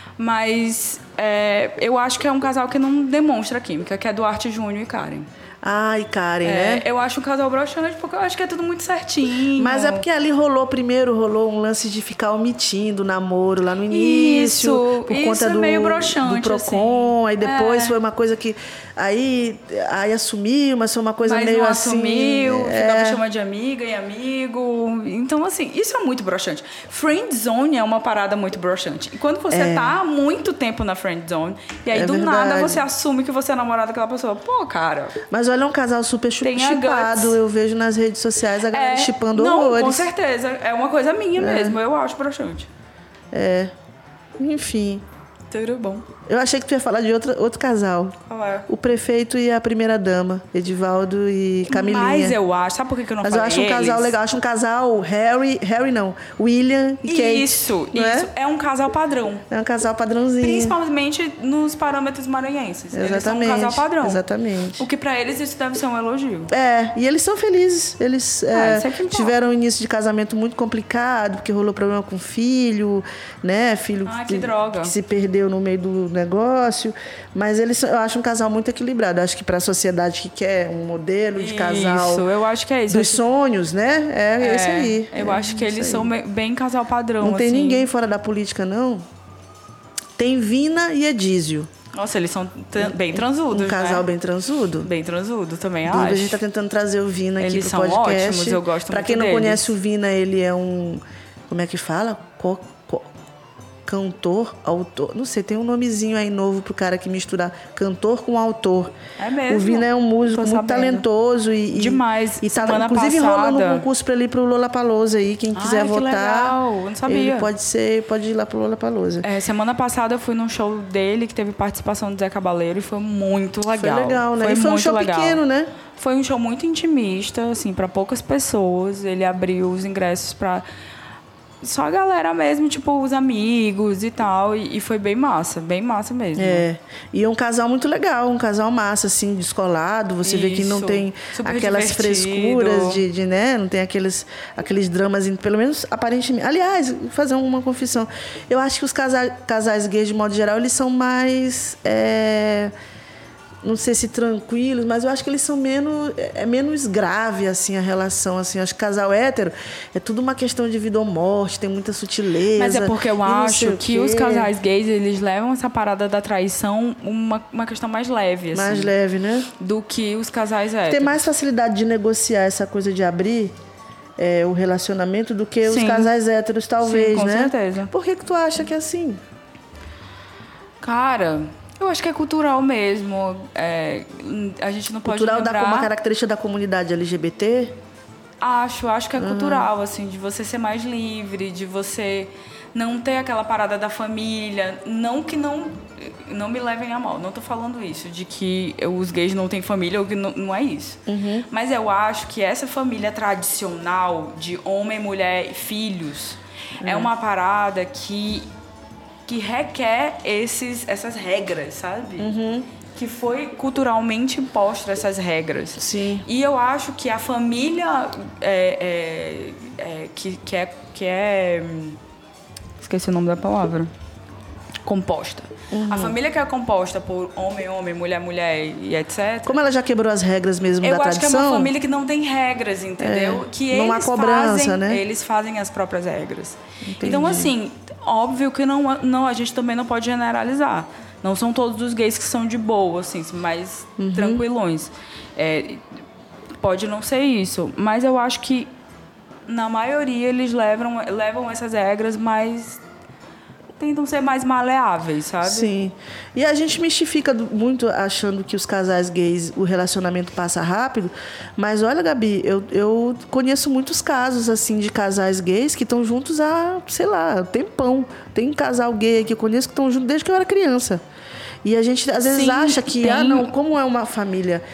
Mas é, eu acho que é um casal que não demonstra química, que é Duarte Júnior e Karen. Ai, Karen, É, né? eu acho um casal broxante porque eu acho que é tudo muito certinho. Mas é porque ali rolou, primeiro rolou um lance de ficar omitindo o namoro lá no início. Isso, por isso conta é do, meio broxante, do Procon. assim. Aí depois É. foi uma coisa que... Aí, aí assumiu, mas foi uma coisa Mas meio não assim... assumiu, é. ficava chamando de amiga e amigo. Então, assim, isso é muito broxante. Friend zone é uma parada muito broxante. E quando você É. tá há muito tempo na friend zone, e aí É do verdade. nada você assume que você é namorado daquela pessoa. Pô, cara... Mas olha, é um casal super chu- Tem a chipado. guts. Eu vejo nas redes sociais a galera chipando não, horrores. com certeza. É uma coisa minha mesmo. Eu acho broxante. É. Enfim. Tudo bom. Eu achei que tu ia falar de outra, outro casal. Qual é? O prefeito e a primeira-dama, Edivaldo e Camilinha. Mas eu acho... Sabe por que que eu não Mas eu falei acho um casal eles? legal. Eu acho um casal Harry... Harry não. William e Kate. Isso, não isso. É? É um casal padrão. É um casal padrãozinho. Principalmente nos parâmetros maranhenses. Eles são um Exatamente. casal padrão. Exatamente. O que pra eles isso deve ser um elogio. É, e eles são felizes. Eles é, isso é que importa. tiveram um início de casamento muito complicado, porque rolou problema com o filho, né? Filho Ai, que droga. que se perdeu no meio do negócio. Mas eles, são- eu acho um casal muito equilibrado. Eu acho que para a sociedade que quer um modelo de casal Isso, eu acho que é isso. dos sonhos, né? É, É, esse aí. Eu É acho que isso eles aí. são bem, bem casal padrão. Não tem assim. ninguém fora da política, não. Tem Vina e Edísio. Nossa, eles são tran- bem transudos, Um casal né? bem transudo. Bem transudo, também Inclusive, acho. a gente tá tentando trazer o Vina aqui Eles pro são podcast. ótimos, eu gosto Pra muito quem não deles. conhece o Vina, ele é um... Como é que fala? Co- co- cantor, autor... Não sei, tem um nomezinho aí novo pro cara que mistura cantor com autor. É mesmo? O Vina é um músico Tô muito sabendo. talentoso e... e Demais. E tá, Semana inclusive, passada- rolando um concurso pra ele ir pro Lollapalooza aí. Quem quiser Ai, que votar... legal, eu não sabia. Ele pode ser... Pode ir lá pro Lollapalooza. É, semana passada eu fui num show dele que teve participação do Zé Cabaleiro e foi muito legal. Foi legal, né? Foi e foi um muito show legal. pequeno, né? Foi um show muito intimista, assim, para poucas pessoas. Ele abriu os ingressos para só a galera mesmo, tipo, os amigos e tal. E, e foi bem massa, bem massa mesmo. É. E é um casal muito legal, um casal massa, assim, descolado. Você vê que não Isso. tem Super aquelas divertido. frescuras de, de, né? Não tem aqueles, aqueles dramas, pelo menos aparentemente. Aliás, vou fazer uma confissão. Eu acho que os casais, casais gays, de modo geral, eles são mais. é, não sei se tranquilos, mas eu acho que eles são menos, é menos grave assim a relação, assim. Eu acho que casal hétero é tudo uma questão de vida ou morte, tem muita sutileza. Mas é porque eu e não sei acho o que quê. os casais gays, eles levam essa parada da traição uma, uma questão mais leve, assim, mais leve, né? do que os casais héteros. Tem mais facilidade de negociar essa coisa de abrir é, o relacionamento do que os Sim. casais héteros, talvez, Sim, com né? certeza. Por que que tu acha que é assim? Cara, eu acho que é cultural mesmo. É, a gente não pode Cultural da, lembrar... uma característica da comunidade L G B T? Acho, acho que é cultural, assim, de você ser mais livre, de você não ter aquela parada da família. Não que não... Não me levem a mal, não tô falando isso, de que os gays não têm família, ou que não, não é isso. Uhum. Mas eu acho que essa família tradicional de homem, mulher e filhos Uhum. é uma parada que... que requer esses, essas regras, sabe? Uhum. Que foi culturalmente imposta essas regras. Sim. E eu acho que a família é, é, é, que, que é... Que é hum, esqueci o nome da palavra. Composta. Uhum. A família que é composta por homem, homem, mulher, mulher e etcétera. Como ela já quebrou as regras mesmo Eu da acho tradição? que é uma família que não tem regras, entendeu? É, Que não há eles cobrança, fazem, né? eles fazem as próprias regras. Entendi. Então, assim, óbvio que não, não, a gente também não pode generalizar. Não são todos os gays que são de boa, assim, mais Uhum. tranquilões. É, pode não ser isso, mas eu acho que na maioria eles levam, levam essas regras, mas tentam ser mais maleáveis, sabe? Sim. E a gente mistifica do- muito achando que os casais gays, o relacionamento passa rápido. Mas olha, Gabi, eu, eu conheço muitos casos assim de casais gays que estão juntos há, sei lá, tempão. Tem um casal gay que eu conheço que estão juntos desde que eu era criança. E a gente às vezes Sim, acha que, tem. ah, não, como é uma família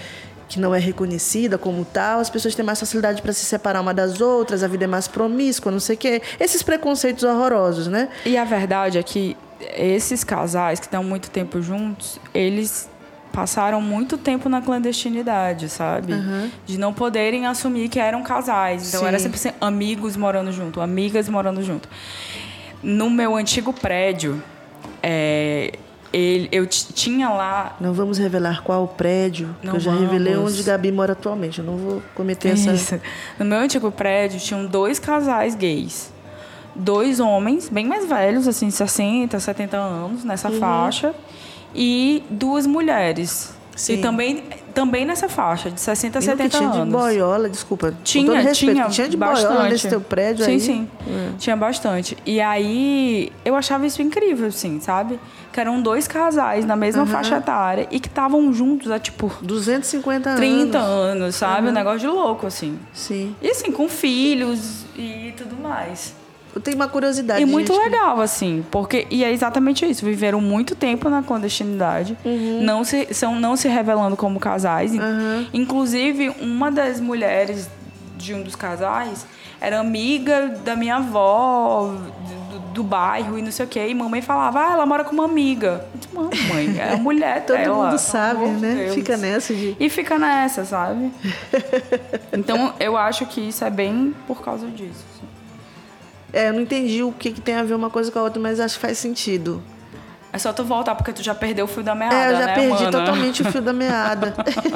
que não é reconhecida como tal, as pessoas têm mais facilidade para se separar uma das outras, a vida é mais promíscua, não sei o quê. Esses preconceitos horrorosos, né? E a verdade é que esses casais que estão muito tempo juntos, eles passaram muito tempo na clandestinidade, sabe? Uhum. De não poderem assumir que eram casais. Então, Sim. era sempre assim, amigos morando junto, amigas morando junto. No meu antigo prédio, é, ele, eu t- tinha lá... Não vamos revelar qual o prédio, não eu já vamos. revelei onde Gabi mora atualmente. Eu não vou cometer Isso. essa... No meu antigo prédio, tinham dois casais gays. Dois homens, bem mais velhos, assim, sessenta, setenta anos, nessa uhum. faixa. E duas mulheres. Sim. E também, também nessa faixa, de sessenta a setenta tinha anos. Tinha de boiola, desculpa. Tinha, com todo respeito, tinha, tinha de bastante. boiola nesse teu prédio sim, aí? Sim, sim. Hum. Tinha bastante. E aí, eu achava isso incrível, assim, sabe? Que eram dois casais na mesma uhum. faixa etária e que estavam juntos há, tipo... duzentos e cinquenta anos. trinta anos, sabe? Uhum. Um negócio de louco, assim. Sim. E assim, com filhos e tudo mais. Eu tenho uma curiosidade. E muito gente, legal, que... assim, porque... E é exatamente isso. Viveram muito tempo na clandestinidade, uhum. não, se, são, não se revelando como casais. Uhum. Inclusive, uma das mulheres de um dos casais era amiga da minha avó, do, do bairro e não sei o quê. E mamãe falava, ah, ela mora com uma amiga. Eu disse, mãe, é a mulher Todo dela. Todo mundo sabe, né? Deus. Fica nessa de... E fica nessa, sabe? Então, eu acho que isso é bem por causa disso. Assim. É, eu não entendi o que, que tem a ver uma coisa com a outra, mas acho que faz sentido. É só tu voltar, porque tu já perdeu o fio da meada, né? É, eu já né, perdi mana? totalmente o fio da meada.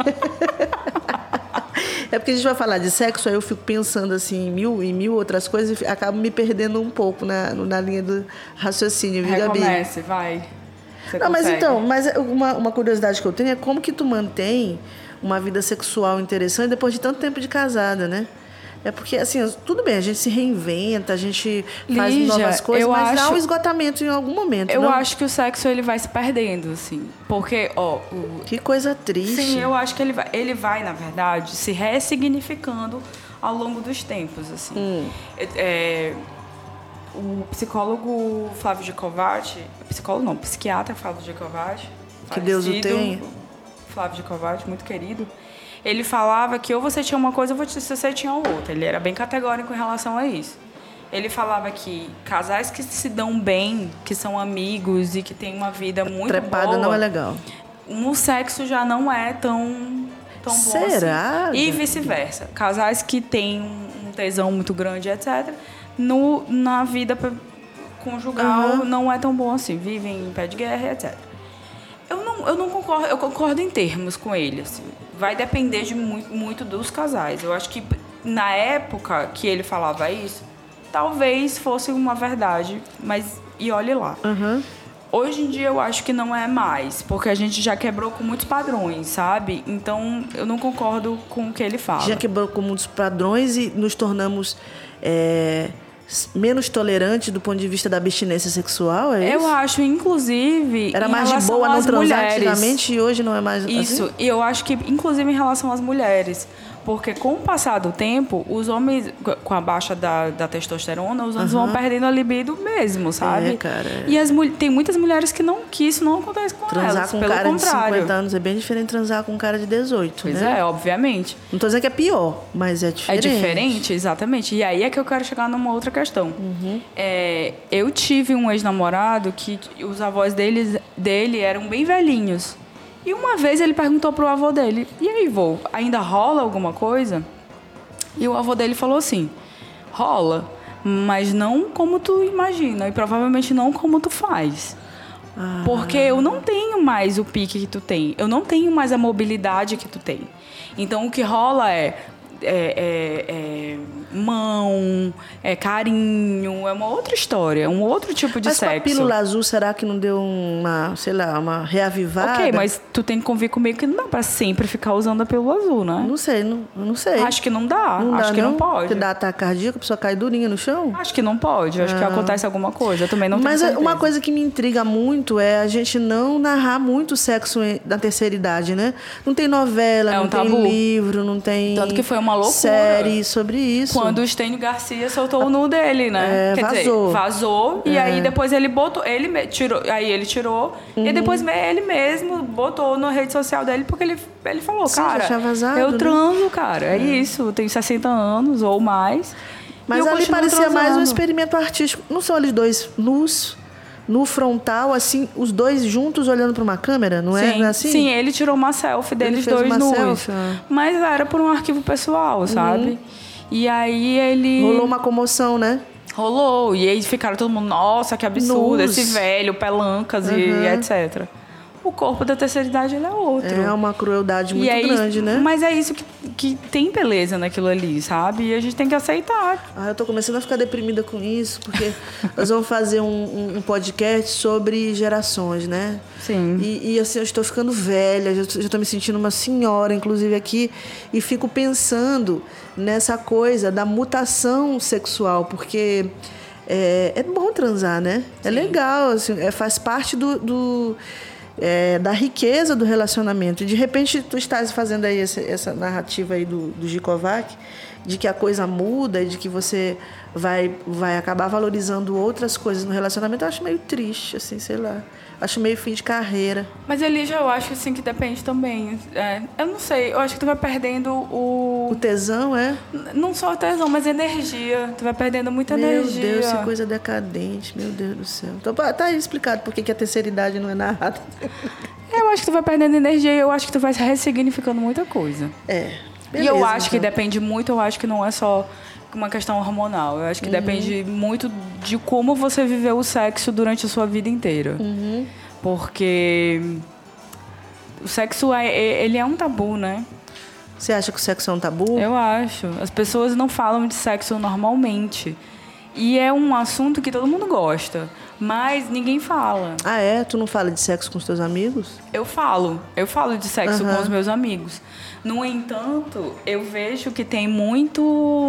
É porque a gente vai falar de sexo, aí eu fico pensando assim, em mil, em mil outras coisas e acabo me perdendo um pouco na, na linha do raciocínio, viu, Gabi? Recomece, vai. Você não, consegue. mas então, mas uma, uma curiosidade que eu tenho é como que tu mantém uma vida sexual interessante depois de tanto tempo de casada, né? É porque, assim, tudo bem, a gente se reinventa, a gente faz Lígia, novas coisas, mas acho, há um esgotamento em algum momento, Eu não? acho que o sexo, ele vai se perdendo, assim. Porque, ó... O... Que coisa triste. Sim, eu acho que ele vai, ele vai, na verdade, se ressignificando ao longo dos tempos, assim. Hum. É, é, o psicólogo Flávio Gicovati... Psicólogo não, psiquiatra Flávio Gicovati... Que Deus o tenha. Flávio Gicovati, muito querido... Ele falava que ou você tinha uma coisa ou você tinha outra. Ele era bem categórico em relação a isso. Ele falava que casais que se dão bem, que são amigos e que têm uma vida muito Trepada boa... não é legal. No sexo já não é tão, tão bom Será? assim. E vice-versa. Casais que têm um tesão muito grande, etcétera, no, na vida conjugal uhum. não é tão bom assim. Vivem em pé de guerra, etcétera. Eu não, eu não concordo, eu concordo em termos com ele, assim. Vai depender de muito, muito dos casais. Eu acho que na época que ele falava isso, talvez fosse uma verdade, mas e olhe lá. Uhum. Hoje em dia eu acho que não é mais, porque a gente já quebrou com muitos padrões, sabe? Então eu não concordo com o que ele fala. Já quebrou com muitos padrões e nos tornamos... É... menos tolerante do ponto de vista da abstinência sexual, é isso? Eu acho, inclusive... Era mais de boa não transar antigamente e hoje não é mais isso, assim? E eu acho que, inclusive, em relação às mulheres. Porque com o passar do tempo, os homens, com a baixa da, da testosterona, os homens uhum. vão perdendo a libido mesmo, sabe? É, cara. É. E as, tem muitas mulheres que, não, que isso não acontece com transar elas, com um pelo cara contrário. de cinquenta anos é bem diferente de transar com um cara de dezoito, pois né? Pois é, obviamente. Não estou dizendo que é pior, mas é diferente. É diferente, exatamente. E aí é que eu quero chegar numa outra questão. Uhum. É, eu tive um ex-namorado que os avós dele, dele eram bem velhinhos. E uma vez ele perguntou pro avô dele, e aí, vô, ainda rola alguma coisa? E o avô dele falou assim, rola, mas não como tu imagina e provavelmente não como tu faz. Ah. Porque eu não tenho mais o pique que tu tem, eu não tenho mais a mobilidade que tu tem. Então o que rola é... É, é, é mão, é carinho, é uma outra história, um outro tipo de mas sexo. Mas com a pílula azul, será que não deu uma, sei lá, uma reavivada? Ok, mas tu tem que convir comigo que não dá pra sempre ficar usando a pílula azul, né? Não sei, não, não sei. Acho que não dá, não acho dá, que não, não pode. Porque dá ataque cardíaco, a pessoa cai durinha no chão? Acho que não pode, acho ah. que acontece alguma coisa, eu também não tenho mas certeza. Uma coisa que me intriga muito é a gente não narrar muito o sexo na terceira idade, né? Não tem novela, é um não tabu. tem livro, não tem Tanto que foi uma loucura. série sobre isso. quando o Stênio Garcia soltou o nu dele, né? É, Quer vazou. dizer, vazou. É. E aí depois ele botou, ele me- tirou, aí ele tirou. Uhum. E depois me- ele mesmo botou na rede social dele, porque ele, ele falou, Sim, já cara, tinha vazado, eu né? transo, cara. É isso, eu tenho sessenta anos ou mais. e Mas eu ali continuo parecia mais um transando. experimento artístico. Não são eles dois nus, no frontal, assim, os dois juntos olhando para uma câmera, não é? Sim, Não é assim? sim, ele tirou uma selfie deles fez dois uma nus. selfie, ah. Mas era por um arquivo pessoal, sabe? E aí ele... Rolou uma comoção, né? Rolou. E aí ficaram todo mundo, nossa, que absurdo, Nus. esse velho, pelancas e Uhum. etcétera. O corpo da terceira idade, ele é outro. É uma crueldade muito e aí, grande, né? Mas é isso que, que tem beleza naquilo ali, sabe? E a gente tem que aceitar. Ah, eu tô começando a ficar deprimida com isso, porque nós vamos fazer um, um- um podcast sobre gerações, né? Sim. E, e, assim, eu estou ficando velha, já estou me sentindo uma senhora, inclusive, aqui, e fico pensando nessa coisa da mutação sexual, porque é, é bom transar, né? É legal, assim, é, faz parte do... do é, da riqueza do relacionamento. E de repente tu estás fazendo aí essa, essa narrativa aí do, do Gikovac, de que a coisa muda, de que você vai, vai acabar valorizando outras coisas no relacionamento. Eu acho meio triste, assim, sei lá. Acho meio fim de carreira. Mas Elija, eu acho assim que depende também. É, eu não sei, eu acho que tu vai perdendo o... O tesão, é? Não só o tesão, mas energia. Tu vai perdendo muita Meu energia. Deus, que coisa decadente, meu Deus do céu. Então tá aí explicado por que que a terceira idade não é narrada. Eu acho que tu vai perdendo energia e eu acho que tu vai ressignificando muita coisa. É. e eu beleza, acho que então. depende muito, eu acho que não é só uma questão hormonal. Eu acho que Uhum. depende muito de como você viveu o sexo durante a sua vida inteira. Uhum. Porque o sexo é, é- ele é um tabu, né? Você acha que o sexo é um tabu? Eu acho. As pessoas não falam de sexo normalmente. E é um assunto que todo mundo gosta, mas ninguém fala. Ah, é? Tu não fala de sexo com os teus amigos? Eu falo, eu falo de sexo Aham. com os meus amigos. No entanto, eu vejo que tem muito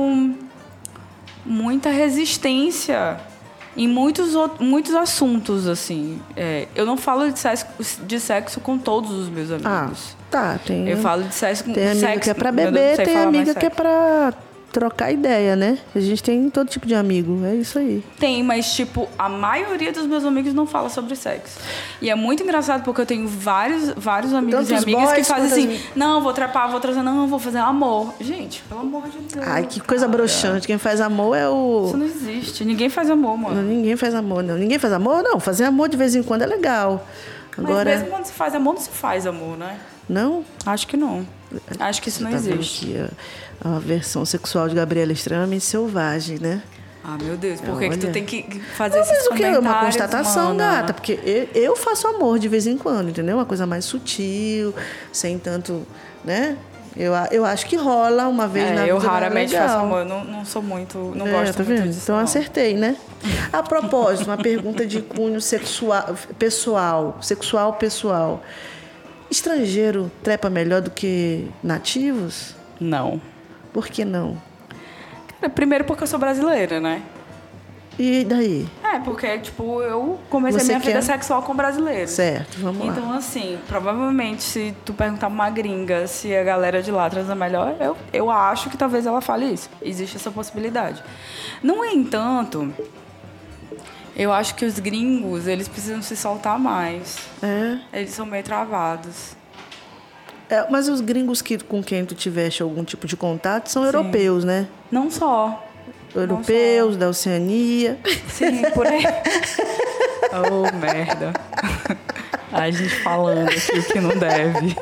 muita resistência em muitos, out- muitos assuntos, assim. É, eu não falo de sexo, de sexo com todos os meus Ah, amigos. tá. Tem, Eu falo de sexo com tem amiga sexo, que é pra eu não beber, sei tem falar mais amiga que é sexo. pra trocar ideia, né? A gente tem todo tipo de amigo, é isso aí. Tem, mas, tipo, a maioria dos meus amigos não fala sobre sexo. E é muito engraçado porque eu tenho vários, vários amigos Tantos e amigas que boys fazem quanto assim: não, vou trepar, vou trazer, não, vou fazer amor. Gente, pelo amor de Deus. Ai, que coisa cara. broxante. Quem faz amor é o... Isso não existe. Ninguém faz amor, mano. Não, ninguém faz amor, não. Ninguém faz amor? Não, fazer amor de vez em quando é legal. Agora, Mas mesmo quando se faz amor, não se faz amor, né? não? Acho que não. Acho que isso Você não tá vendo existe. que a, a versão sexual de Gabriela é extremamente selvagem, né? Ah, meu Deus, por que, que tu Olha. tem que fazer Não, esses mas o que é comentários, uma constatação, mana? gata? Porque eu, eu faço amor de vez em quando, entendeu? Uma coisa mais sutil, sem tanto, né? Eu, a- eu acho que rola uma vez É, na eu vida. raramente legal. faço amor. Eu não, não sou muito... Não É, gosto tá muito vendo? disso, Então não. acertei, né? A propósito, uma pergunta de cunho sexual, pessoal, sexual pessoal. Estrangeiro trepa melhor do que nativos? Não. Por que não? Cara, primeiro porque eu sou brasileira, né? E daí? É, porque, tipo, eu comecei Você minha vida quer? sexual com brasileiros. Certo, vamos lá. Então, assim, provavelmente, se tu perguntar pra uma gringa se a galera de lá transa melhor, eu, eu acho que talvez ela fale isso. Existe essa possibilidade. No entanto, eu acho que os gringos, eles precisam se soltar mais. É. Eles são meio travados. É, mas os gringos que, com quem tu tiveste algum tipo de contato são europeus, né? Não só. Europeus, da Oceania. Sim, por aí. Oh, merda. A gente falando aqui o que não deve.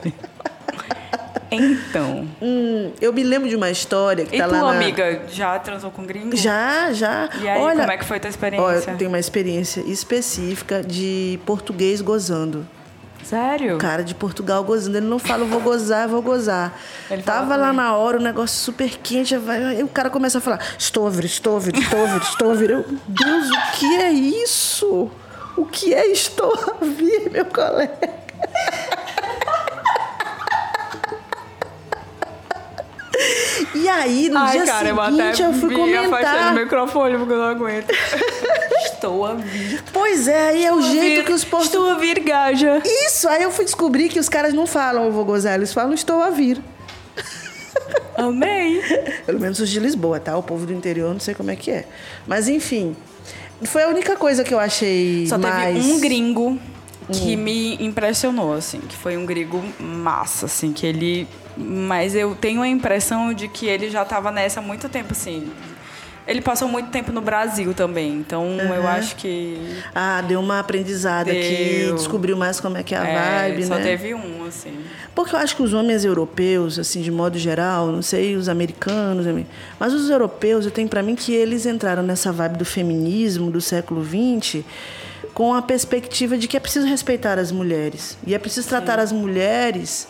Então. Hum, eu me lembro de uma história que E tá tua lá na... amiga já transou com gringo? Já, já. E aí, Olha, como é que foi a tua experiência? Olha, eu tenho uma experiência específica de português gozando. Sério? O cara de Portugal gozando. Ele não fala, eu vou gozar, eu vou gozar. Ele fala Tava lá também. na hora, o negócio super quente. Vai, aí o cara começa a falar, estou a ouvir, estou a ouvir, estou a ouvir, estou a ouvir. Eu, Deus, o que é isso? O que é estou a ouvir, meu colega? E aí, no Ai, dia cara, eu seguinte, até eu, fui me afastei comentar. do microfone porque eu não aguento. Estou a vir. Pois é, aí é o jeito que os portugueses... Estou a vir, gaja. Isso, aí eu fui descobrir que os caras não falam eu vou gozar, eles falam estou a vir. Amei. Pelo menos os de Lisboa, tá? O povo do interior, não sei como é que é. Mas, enfim, foi a única coisa que eu achei Só mais... teve um gringo que hum. me impressionou, assim, que foi um gringo massa, assim, que ele... Mas eu tenho a impressão de que ele já estava nessa há muito tempo, assim. Ele passou muito tempo no Brasil também, então uhum. eu acho que... Ah, deu uma aprendizada aqui, descobriu mais como é que é a é, vibe, só né? Só teve um, assim. Porque eu acho que os homens europeus, assim, de modo geral, não sei, os americanos, mas os europeus, eu tenho para mim que eles entraram nessa vibe do feminismo do século vinte com a perspectiva de que é preciso respeitar as mulheres. E é preciso tratar Sim. as mulheres...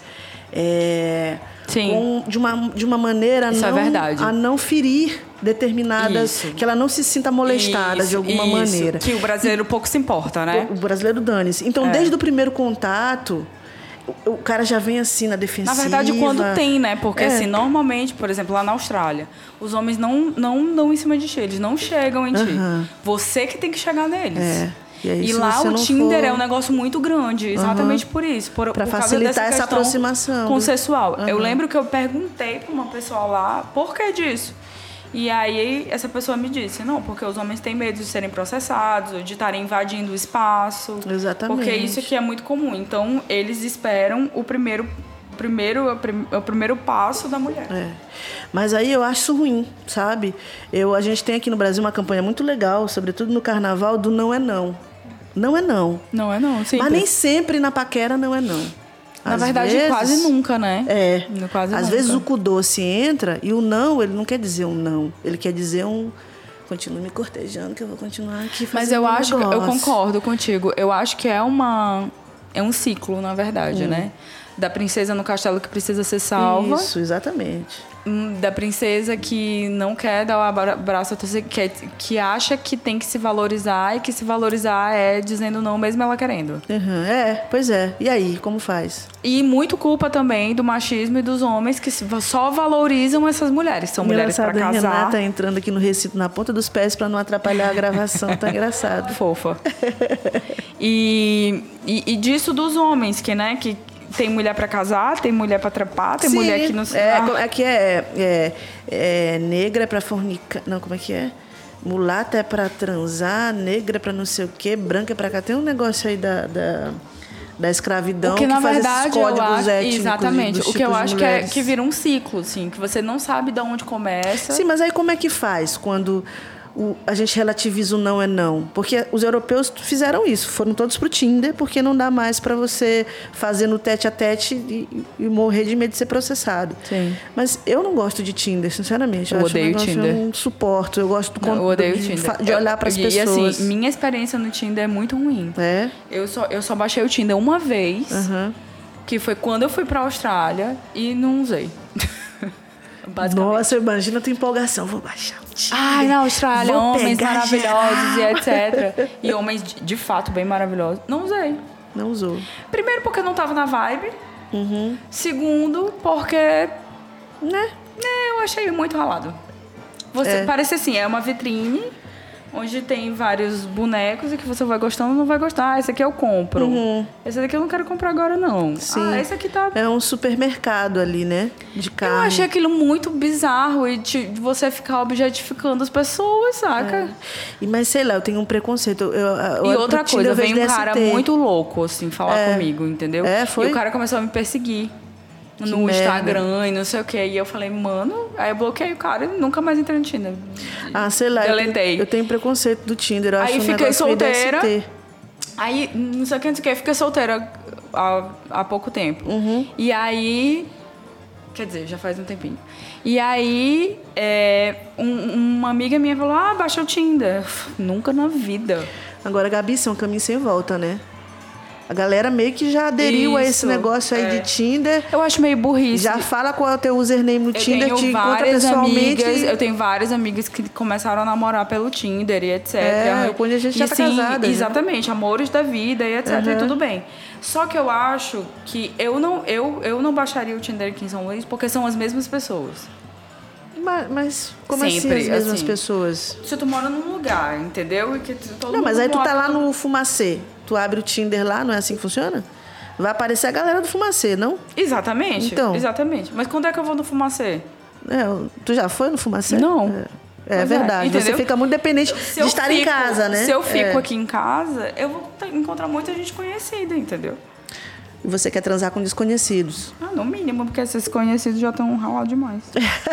É, com, de, uma, de uma maneira Isso não, é verdade. a não ferir determinadas... Isso. Que ela não se sinta molestada isso, de alguma isso. maneira. Que o brasileiro e, pouco se importa, né? O, o brasileiro dane-se. Então, é. desde o primeiro contato, o, o cara já vem assim na defensiva. Na verdade, quando tem, né? Porque, é. assim, normalmente, por exemplo, lá na Austrália, os homens não, não dão em cima de ti. Eles não chegam em ti. Uhum. Você que tem que chegar neles. É. E, aí, e lá o Tinder for... é um negócio muito grande, exatamente uhum. por isso. Por, pra por facilitar essa aproximação. Consensual. Uhum. Eu lembro que eu perguntei para uma pessoa lá por que disso. E aí essa pessoa me disse, não, porque os homens têm medo de serem processados, de estarem invadindo o espaço. Exatamente. Porque isso aqui é muito comum. Então, eles esperam o primeiro... Primeiro, é o primeiro passo da mulher. É. Mas aí eu acho isso ruim, sabe? Eu, a gente tem aqui no Brasil uma campanha muito legal, sobretudo no carnaval, do não é não. Não é não. Não é não, simples. Mas nem sempre na paquera não é não. Na Às verdade, vezes, quase nunca, né? É. Quase Às nunca. vezes o cu doce entra e o não, ele não quer dizer um não. Ele quer dizer um... Continue me cortejando que eu vou continuar aqui fazendo Mas eu acho negócio. que eu concordo contigo. Eu acho que é uma... É um ciclo, na verdade, hum. né? Da princesa no castelo que precisa ser salva. Isso, exatamente. Da princesa que não quer dar o abraço a torcer, que, é, que acha que tem que se valorizar e que se valorizar é dizendo não mesmo ela querendo. Uhum, é, pois é. E aí, como faz? E muito culpa também do machismo e dos homens que só valorizam essas mulheres. São mulheres para casar. A Renata entrando aqui no recinto na ponta dos pés para não atrapalhar a gravação. Tá engraçado. Fofa. E, e, e disso dos homens, que, né, que tem mulher para casar, tem mulher para trepar, tem Sim, mulher que não se... É, ah. Aqui é, é, é negra é para fornicar... Não, como é que é? Mulata é para transar, negra é para não sei o quê, branca é para cá. Tem um negócio aí da... da... da escravidão, que, que na faz verdade, esses códigos eu acho, étnicos. Exatamente. Dos o que eu acho que, é, mulheres. que vira um ciclo, assim, que você não sabe de onde começa. Sim, mas aí como é que faz quando o, a gente relativiza o não é não? Porque os europeus fizeram isso, foram todos pro Tinder, porque não dá mais para você fazer no tete a tete e, e morrer de medo de ser processado. Sim. Mas eu não gosto de Tinder, sinceramente. Eu, eu acho odeio um Tinder. Eu não suporto. Eu gosto do, não, eu odeio de, Tinder. de olhar para as pessoas. E assim, minha experiência no Tinder é muito ruim. É? Eu só, eu só baixei o Tinder uma vez, uhum. que foi quando eu fui pra Austrália e não usei. Nossa, imagina a tua empolgação. Vou baixar o Tinder. Ai, na Austrália, Vou homens maravilhosos geral. e etcétera. E homens, de, de fato, bem maravilhosos. Não usei. Não usou. Primeiro, porque não tava na vibe. Uhum. Segundo, porque... Né? É, eu achei muito ralado. Você, é. Parece assim, é uma vitrine... onde tem vários bonecos e que você vai gostando ou não vai gostar. Ah, esse aqui eu compro. Uhum. Esse daqui eu não quero comprar agora, não. Sim. Ah, esse aqui tá... É um supermercado ali, né? De carne. Eu achei aquilo muito bizarro e de você ficar objetificando as pessoas, saca? É. E, mas sei lá, eu tenho um preconceito. Eu, eu, e outra coisa, veio um cara D S T. muito louco, assim, falar é. comigo, entendeu? É, foi? E o cara começou a me perseguir. Que no merda. Instagram e não sei o que. E eu falei, mano... Aí eu bloqueei o cara e nunca mais entrei no Tinder. Ah, sei lá. Deletei. Eu tenho, eu tenho preconceito do Tinder. Eu aí acho fiquei um solteira. D S T. Aí, não sei o que, não sei o que. Fiquei solteira há, há pouco tempo. Uhum. E aí... Quer dizer, já faz um tempinho. E aí, é, um, uma amiga minha falou, ah, baixa o Tinder. Nunca na vida. Agora, Gabi, isso é um caminho sem volta, né? A galera meio que já aderiu Isso, a esse negócio aí é. de Tinder. Eu acho meio burrice. Já fala qual é o teu username no eu Tinder, te encontra pessoalmente. Amigas, eu tenho várias amigas que começaram a namorar pelo Tinder e etcétera. É, quando a gente já e, tá sim, casada. Exatamente, né? amores da vida e etcétera. Uhum. E tudo bem. Só que eu acho que eu não, eu, eu não baixaria o Tinder aqui em São Luís porque são as mesmas pessoas. Mas, mas como Sempre, assim as mesmas assim, pessoas? Se tu mora num lugar, entendeu? E que todo não, mas aí tu tá lá no... no Fumacê. Tu abre o Tinder lá, não é assim que funciona? Vai aparecer a galera do Fumacê, não? Exatamente. Então. Exatamente. Mas quando é que eu vou no Fumacê? É, tu já foi no Fumacê? Não. É, é verdade. É, você fica muito dependente se de estar fico, em casa, né? Se eu fico é. aqui em casa, eu vou encontrar muita gente conhecida, entendeu? E você quer transar com desconhecidos? Ah, no mínimo, porque esses conhecidos já estão ralados demais.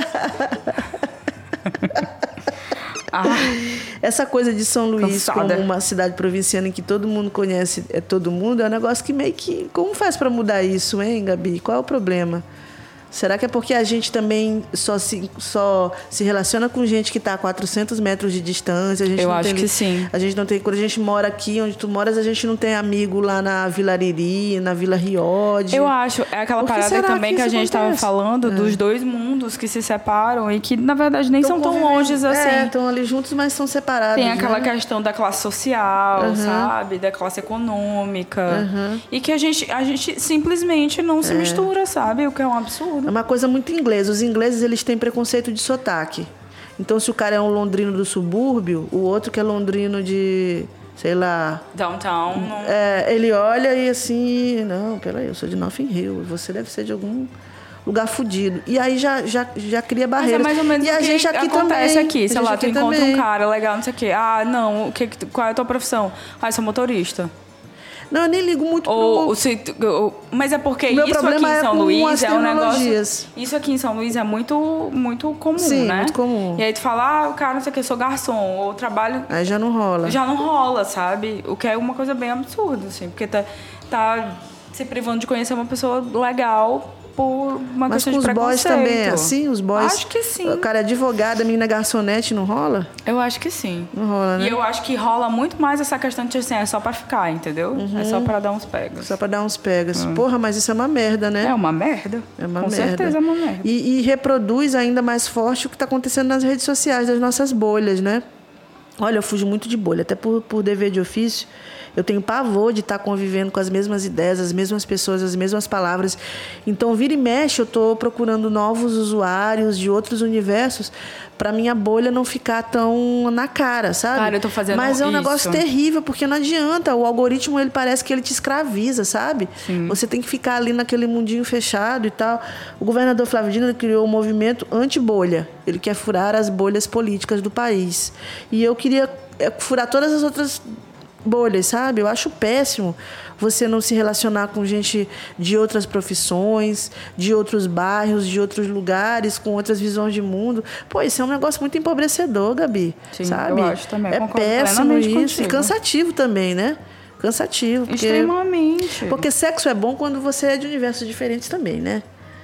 ah. Essa coisa de São Luís Cansada. como uma cidade provinciana em que todo mundo conhece é todo mundo, é um negócio que meio que... Como faz para mudar isso, hein, Gabi? Qual é o problema? Será que é porque a gente também só se, só se relaciona com gente que está a quatrocentos metros de distância? A gente Eu não acho tem, que sim. A gente não tem... Quando a gente mora aqui, onde tu moras, a gente não tem amigo lá na Vila Ariri, na Vila Riode. Eu acho. É aquela parada também que, que a gente estava falando é. dos dois mundos que se separam e que, na verdade, nem tão são tão longes assim. É, estão ali juntos, mas são separados. Tem aquela né? questão da classe social, uhum. sabe? Da classe econômica. Uhum. E que a gente, a gente simplesmente não se é. mistura, sabe? O que é um absurdo. É uma coisa muito inglês. Os ingleses, eles têm preconceito de sotaque. Então, se o cara é um londrino do subúrbio, o outro que é londrino de, sei lá... Downtown. Não... É, ele olha e assim... Não, peraí, eu sou de Notting Hill. Você deve ser de algum lugar fudido. E aí já, já, já cria barreiras. Mas é mais ou menos e a o que gente aqui acontece também. aqui. Sei lá, tu encontra também. um cara legal, não sei o quê. Ah, não, o que, qual é a tua profissão? Ah, eu sou motorista. Não, eu nem ligo muito ou, pro... se, ou, mas é porque meu isso aqui em São é Luís é um negócio... Isso aqui em São Luís é muito, muito comum, Sim, né? muito comum. E aí tu fala, ah, o cara, não sei o que, eu sou garçom, ou trabalho... Aí já não rola. Já não rola, sabe? O que é uma coisa bem absurda, assim. Porque tá, tá se privando de conhecer uma pessoa legal... por uma Mas questão com de os boys também é assim? Os boys... Acho que sim. O cara é advogado, a menina é garçonete, não rola? Eu acho que sim. Não rola, né? E eu acho que rola muito mais essa questão de assim, é só pra ficar, entendeu? Uhum. É só pra dar uns pegas. Só pra dar uns pegas. Uhum. Porra, mas isso é uma merda, né? É uma merda. É uma Com merda. Com certeza é uma merda. E, e reproduz ainda mais forte o que tá acontecendo nas redes sociais, das nossas bolhas, né? Olha, eu fujo muito de bolha, até por, por dever de ofício. Eu tenho pavor de estar convivendo com as mesmas ideias, as mesmas pessoas, as mesmas palavras. Então, vira e mexe, eu estou procurando novos usuários de outros universos para minha bolha não ficar tão na cara, sabe? Cara, eu tô fazendo Mas é um isso. negócio terrível, porque não adianta. O algoritmo, ele parece que ele te escraviza, sabe? Sim. Você tem que ficar ali naquele mundinho fechado e tal. O governador Flávio Dino criou um movimento anti-bolha. Ele quer furar as bolhas políticas do país. E eu queria furar todas as outras bolhas, sabe? Eu acho péssimo você não se relacionar com gente de outras profissões, de outros bairros, de outros lugares, com outras visões de mundo. Pô, isso é um negócio muito empobrecedor, Gabi. Sim, sabe? Eu acho também. É péssimo isso. Contigo. E cansativo também, né? Cansativo. Porque, extremamente. Porque sexo é bom quando você é de universos diferentes também, né?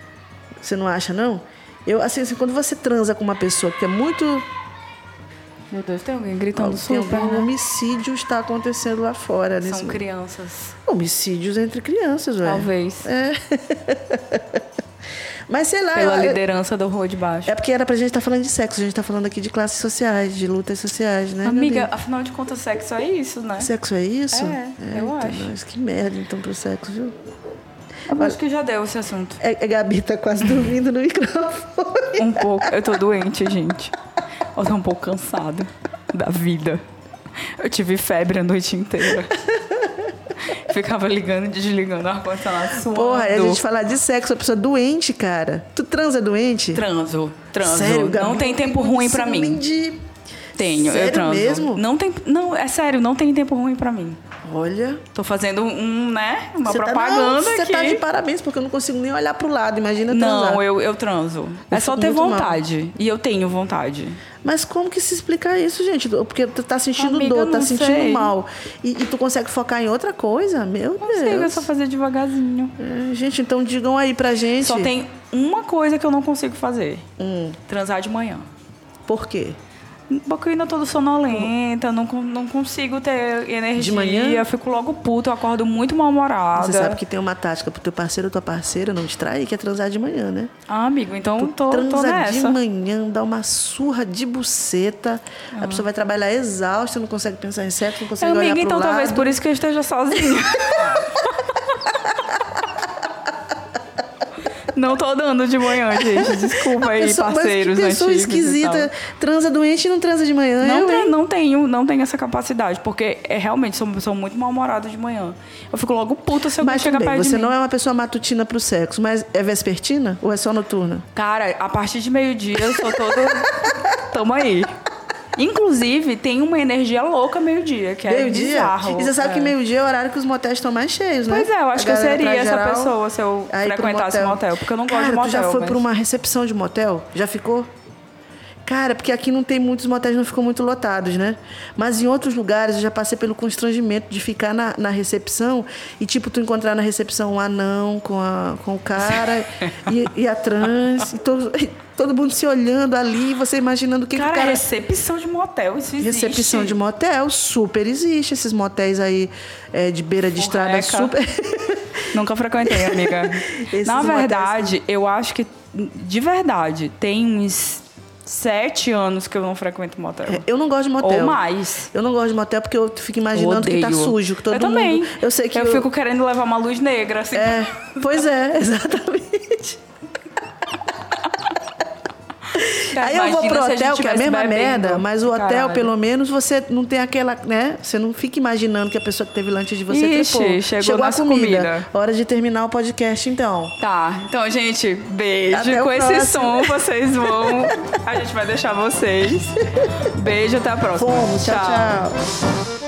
Você não acha, não? Eu, assim, assim, quando você transa com uma pessoa que é muito... Meu Deus, tem alguém gritando super. super, Um né? homicídio está acontecendo lá fora. São nesse... crianças. Homicídios entre crianças, ué. Talvez. É. Mas sei lá... Pela eu... liderança do Rua de Baixo. É porque era pra gente estar tá falando de sexo. A gente tá falando aqui de classes sociais, de lutas sociais, né? Amiga, afinal de contas, sexo é isso, né? Sexo é isso? É, é eu então, acho. Mas que merda, então, pro sexo, viu? Eu acho que já deu esse assunto. É, a Gabi tá quase dormindo no microfone. Um pouco. Eu tô doente, gente. Eu tô um pouco cansada da vida. Eu tive febre a noite inteira. Ficava ligando e desligando o ar-condicionado suando. Porra, a gente falar de sexo, a pessoa doente, cara. Tu transa doente? Transo, transo. Sério, Gabi? Não tem tempo ruim pra mim. De... Tenho, sério eu transo. Mesmo? Não tem, não, é sério, não tem tempo ruim pra mim. Olha. Tô fazendo um, né, uma cê propaganda tá, não, aqui. Você tá de parabéns, porque eu não consigo nem olhar pro lado, imagina transar. Não, eu, eu transo. Eu é só ter vontade. Mal. E eu tenho vontade. Mas como que se explica isso, gente? Porque tu tá sentindo Amiga, dor, tá sentindo sei. mal. E, e tu consegue focar em outra coisa? Meu Consigo, Deus. é só fazer devagarzinho. É, gente, então digam aí pra gente. Só tem uma coisa que eu não consigo fazer. Hum. Transar de manhã. Por quê? Porque eu ainda tô sonolenta, não, não consigo ter energia. De manhã? Eu fico logo puta, eu acordo muito mal-humorada. Você sabe que tem uma tática pro teu parceiro ou tua parceira não te trair, que é transar de manhã, né? Ah, amigo, então tu tô, transa tô nessa. de manhã, dá uma surra de buceta, ah. a pessoa vai trabalhar exausta, não consegue pensar em sexo, não consegue é, olhar amiga, pro então lado. Talvez por isso que eu esteja sozinha. Não tô dando de manhã, gente. Desculpa aí, pessoa, parceiros mas que pessoa esquisita. Transa doente e não transa de manhã. Não, eu, tem, não, tenho, não tenho essa capacidade, porque é, realmente sou uma pessoa muito mal-humorada de manhã. Eu fico logo puta se alguém mas chegar bem, perto de você mim. não é uma pessoa matutina pro sexo, mas é vespertina ou é só noturna? Cara, a partir de meio-dia eu sou toda... Tamo aí. Inclusive, tem uma energia louca meio-dia, que é meio-dia? bizarro. E você sabe é. que meio-dia é o horário que os motéis estão mais cheios, né? Pois é, eu acho A que eu galera seria traz essa geral, pessoa se eu aí pro frequentasse motel. motel, porque eu não gosto Cara, de motel. tu já foi mas... por uma recepção de motel? Já ficou? Cara, porque aqui não tem muitos motéis, não ficam muito lotados, né? Mas em outros lugares eu já passei pelo constrangimento de ficar na, na recepção e, tipo, tu encontrar na recepção um anão com, a, com o cara e, e a trans, e todo, e todo mundo se olhando ali, e você imaginando o que cara, que o cara... recepção de motel, isso existe. Recepção de motel, super existe. Esses motéis aí é, de beira de estrada, super... Nunca frequentei, amiga. Na verdade, motéis... eu acho que, de verdade, tem uns... Sete anos que eu não frequento motel. É, eu não gosto de motel. Ou mais. Eu não gosto de motel porque eu fico imaginando que tá sujo. Que todo eu mundo... também. Eu sei que eu, eu fico querendo levar uma luz negra, assim. É, pois é, exatamente. Cara, aí eu vou pro hotel, que é a mesma bebendo. merda, mas o hotel, Caralho. pelo menos, você não tem aquela, né? Você não fica imaginando que a pessoa que teve lá antes de você Ixi, trepou. chegou, chegou a comida. comida. Hora de terminar o podcast, então. Tá, então, gente, beijo. Até Com esse próximo. som, vocês vão... A gente vai deixar vocês. Beijo, até a próxima. Fomos, tchau, tchau. tchau.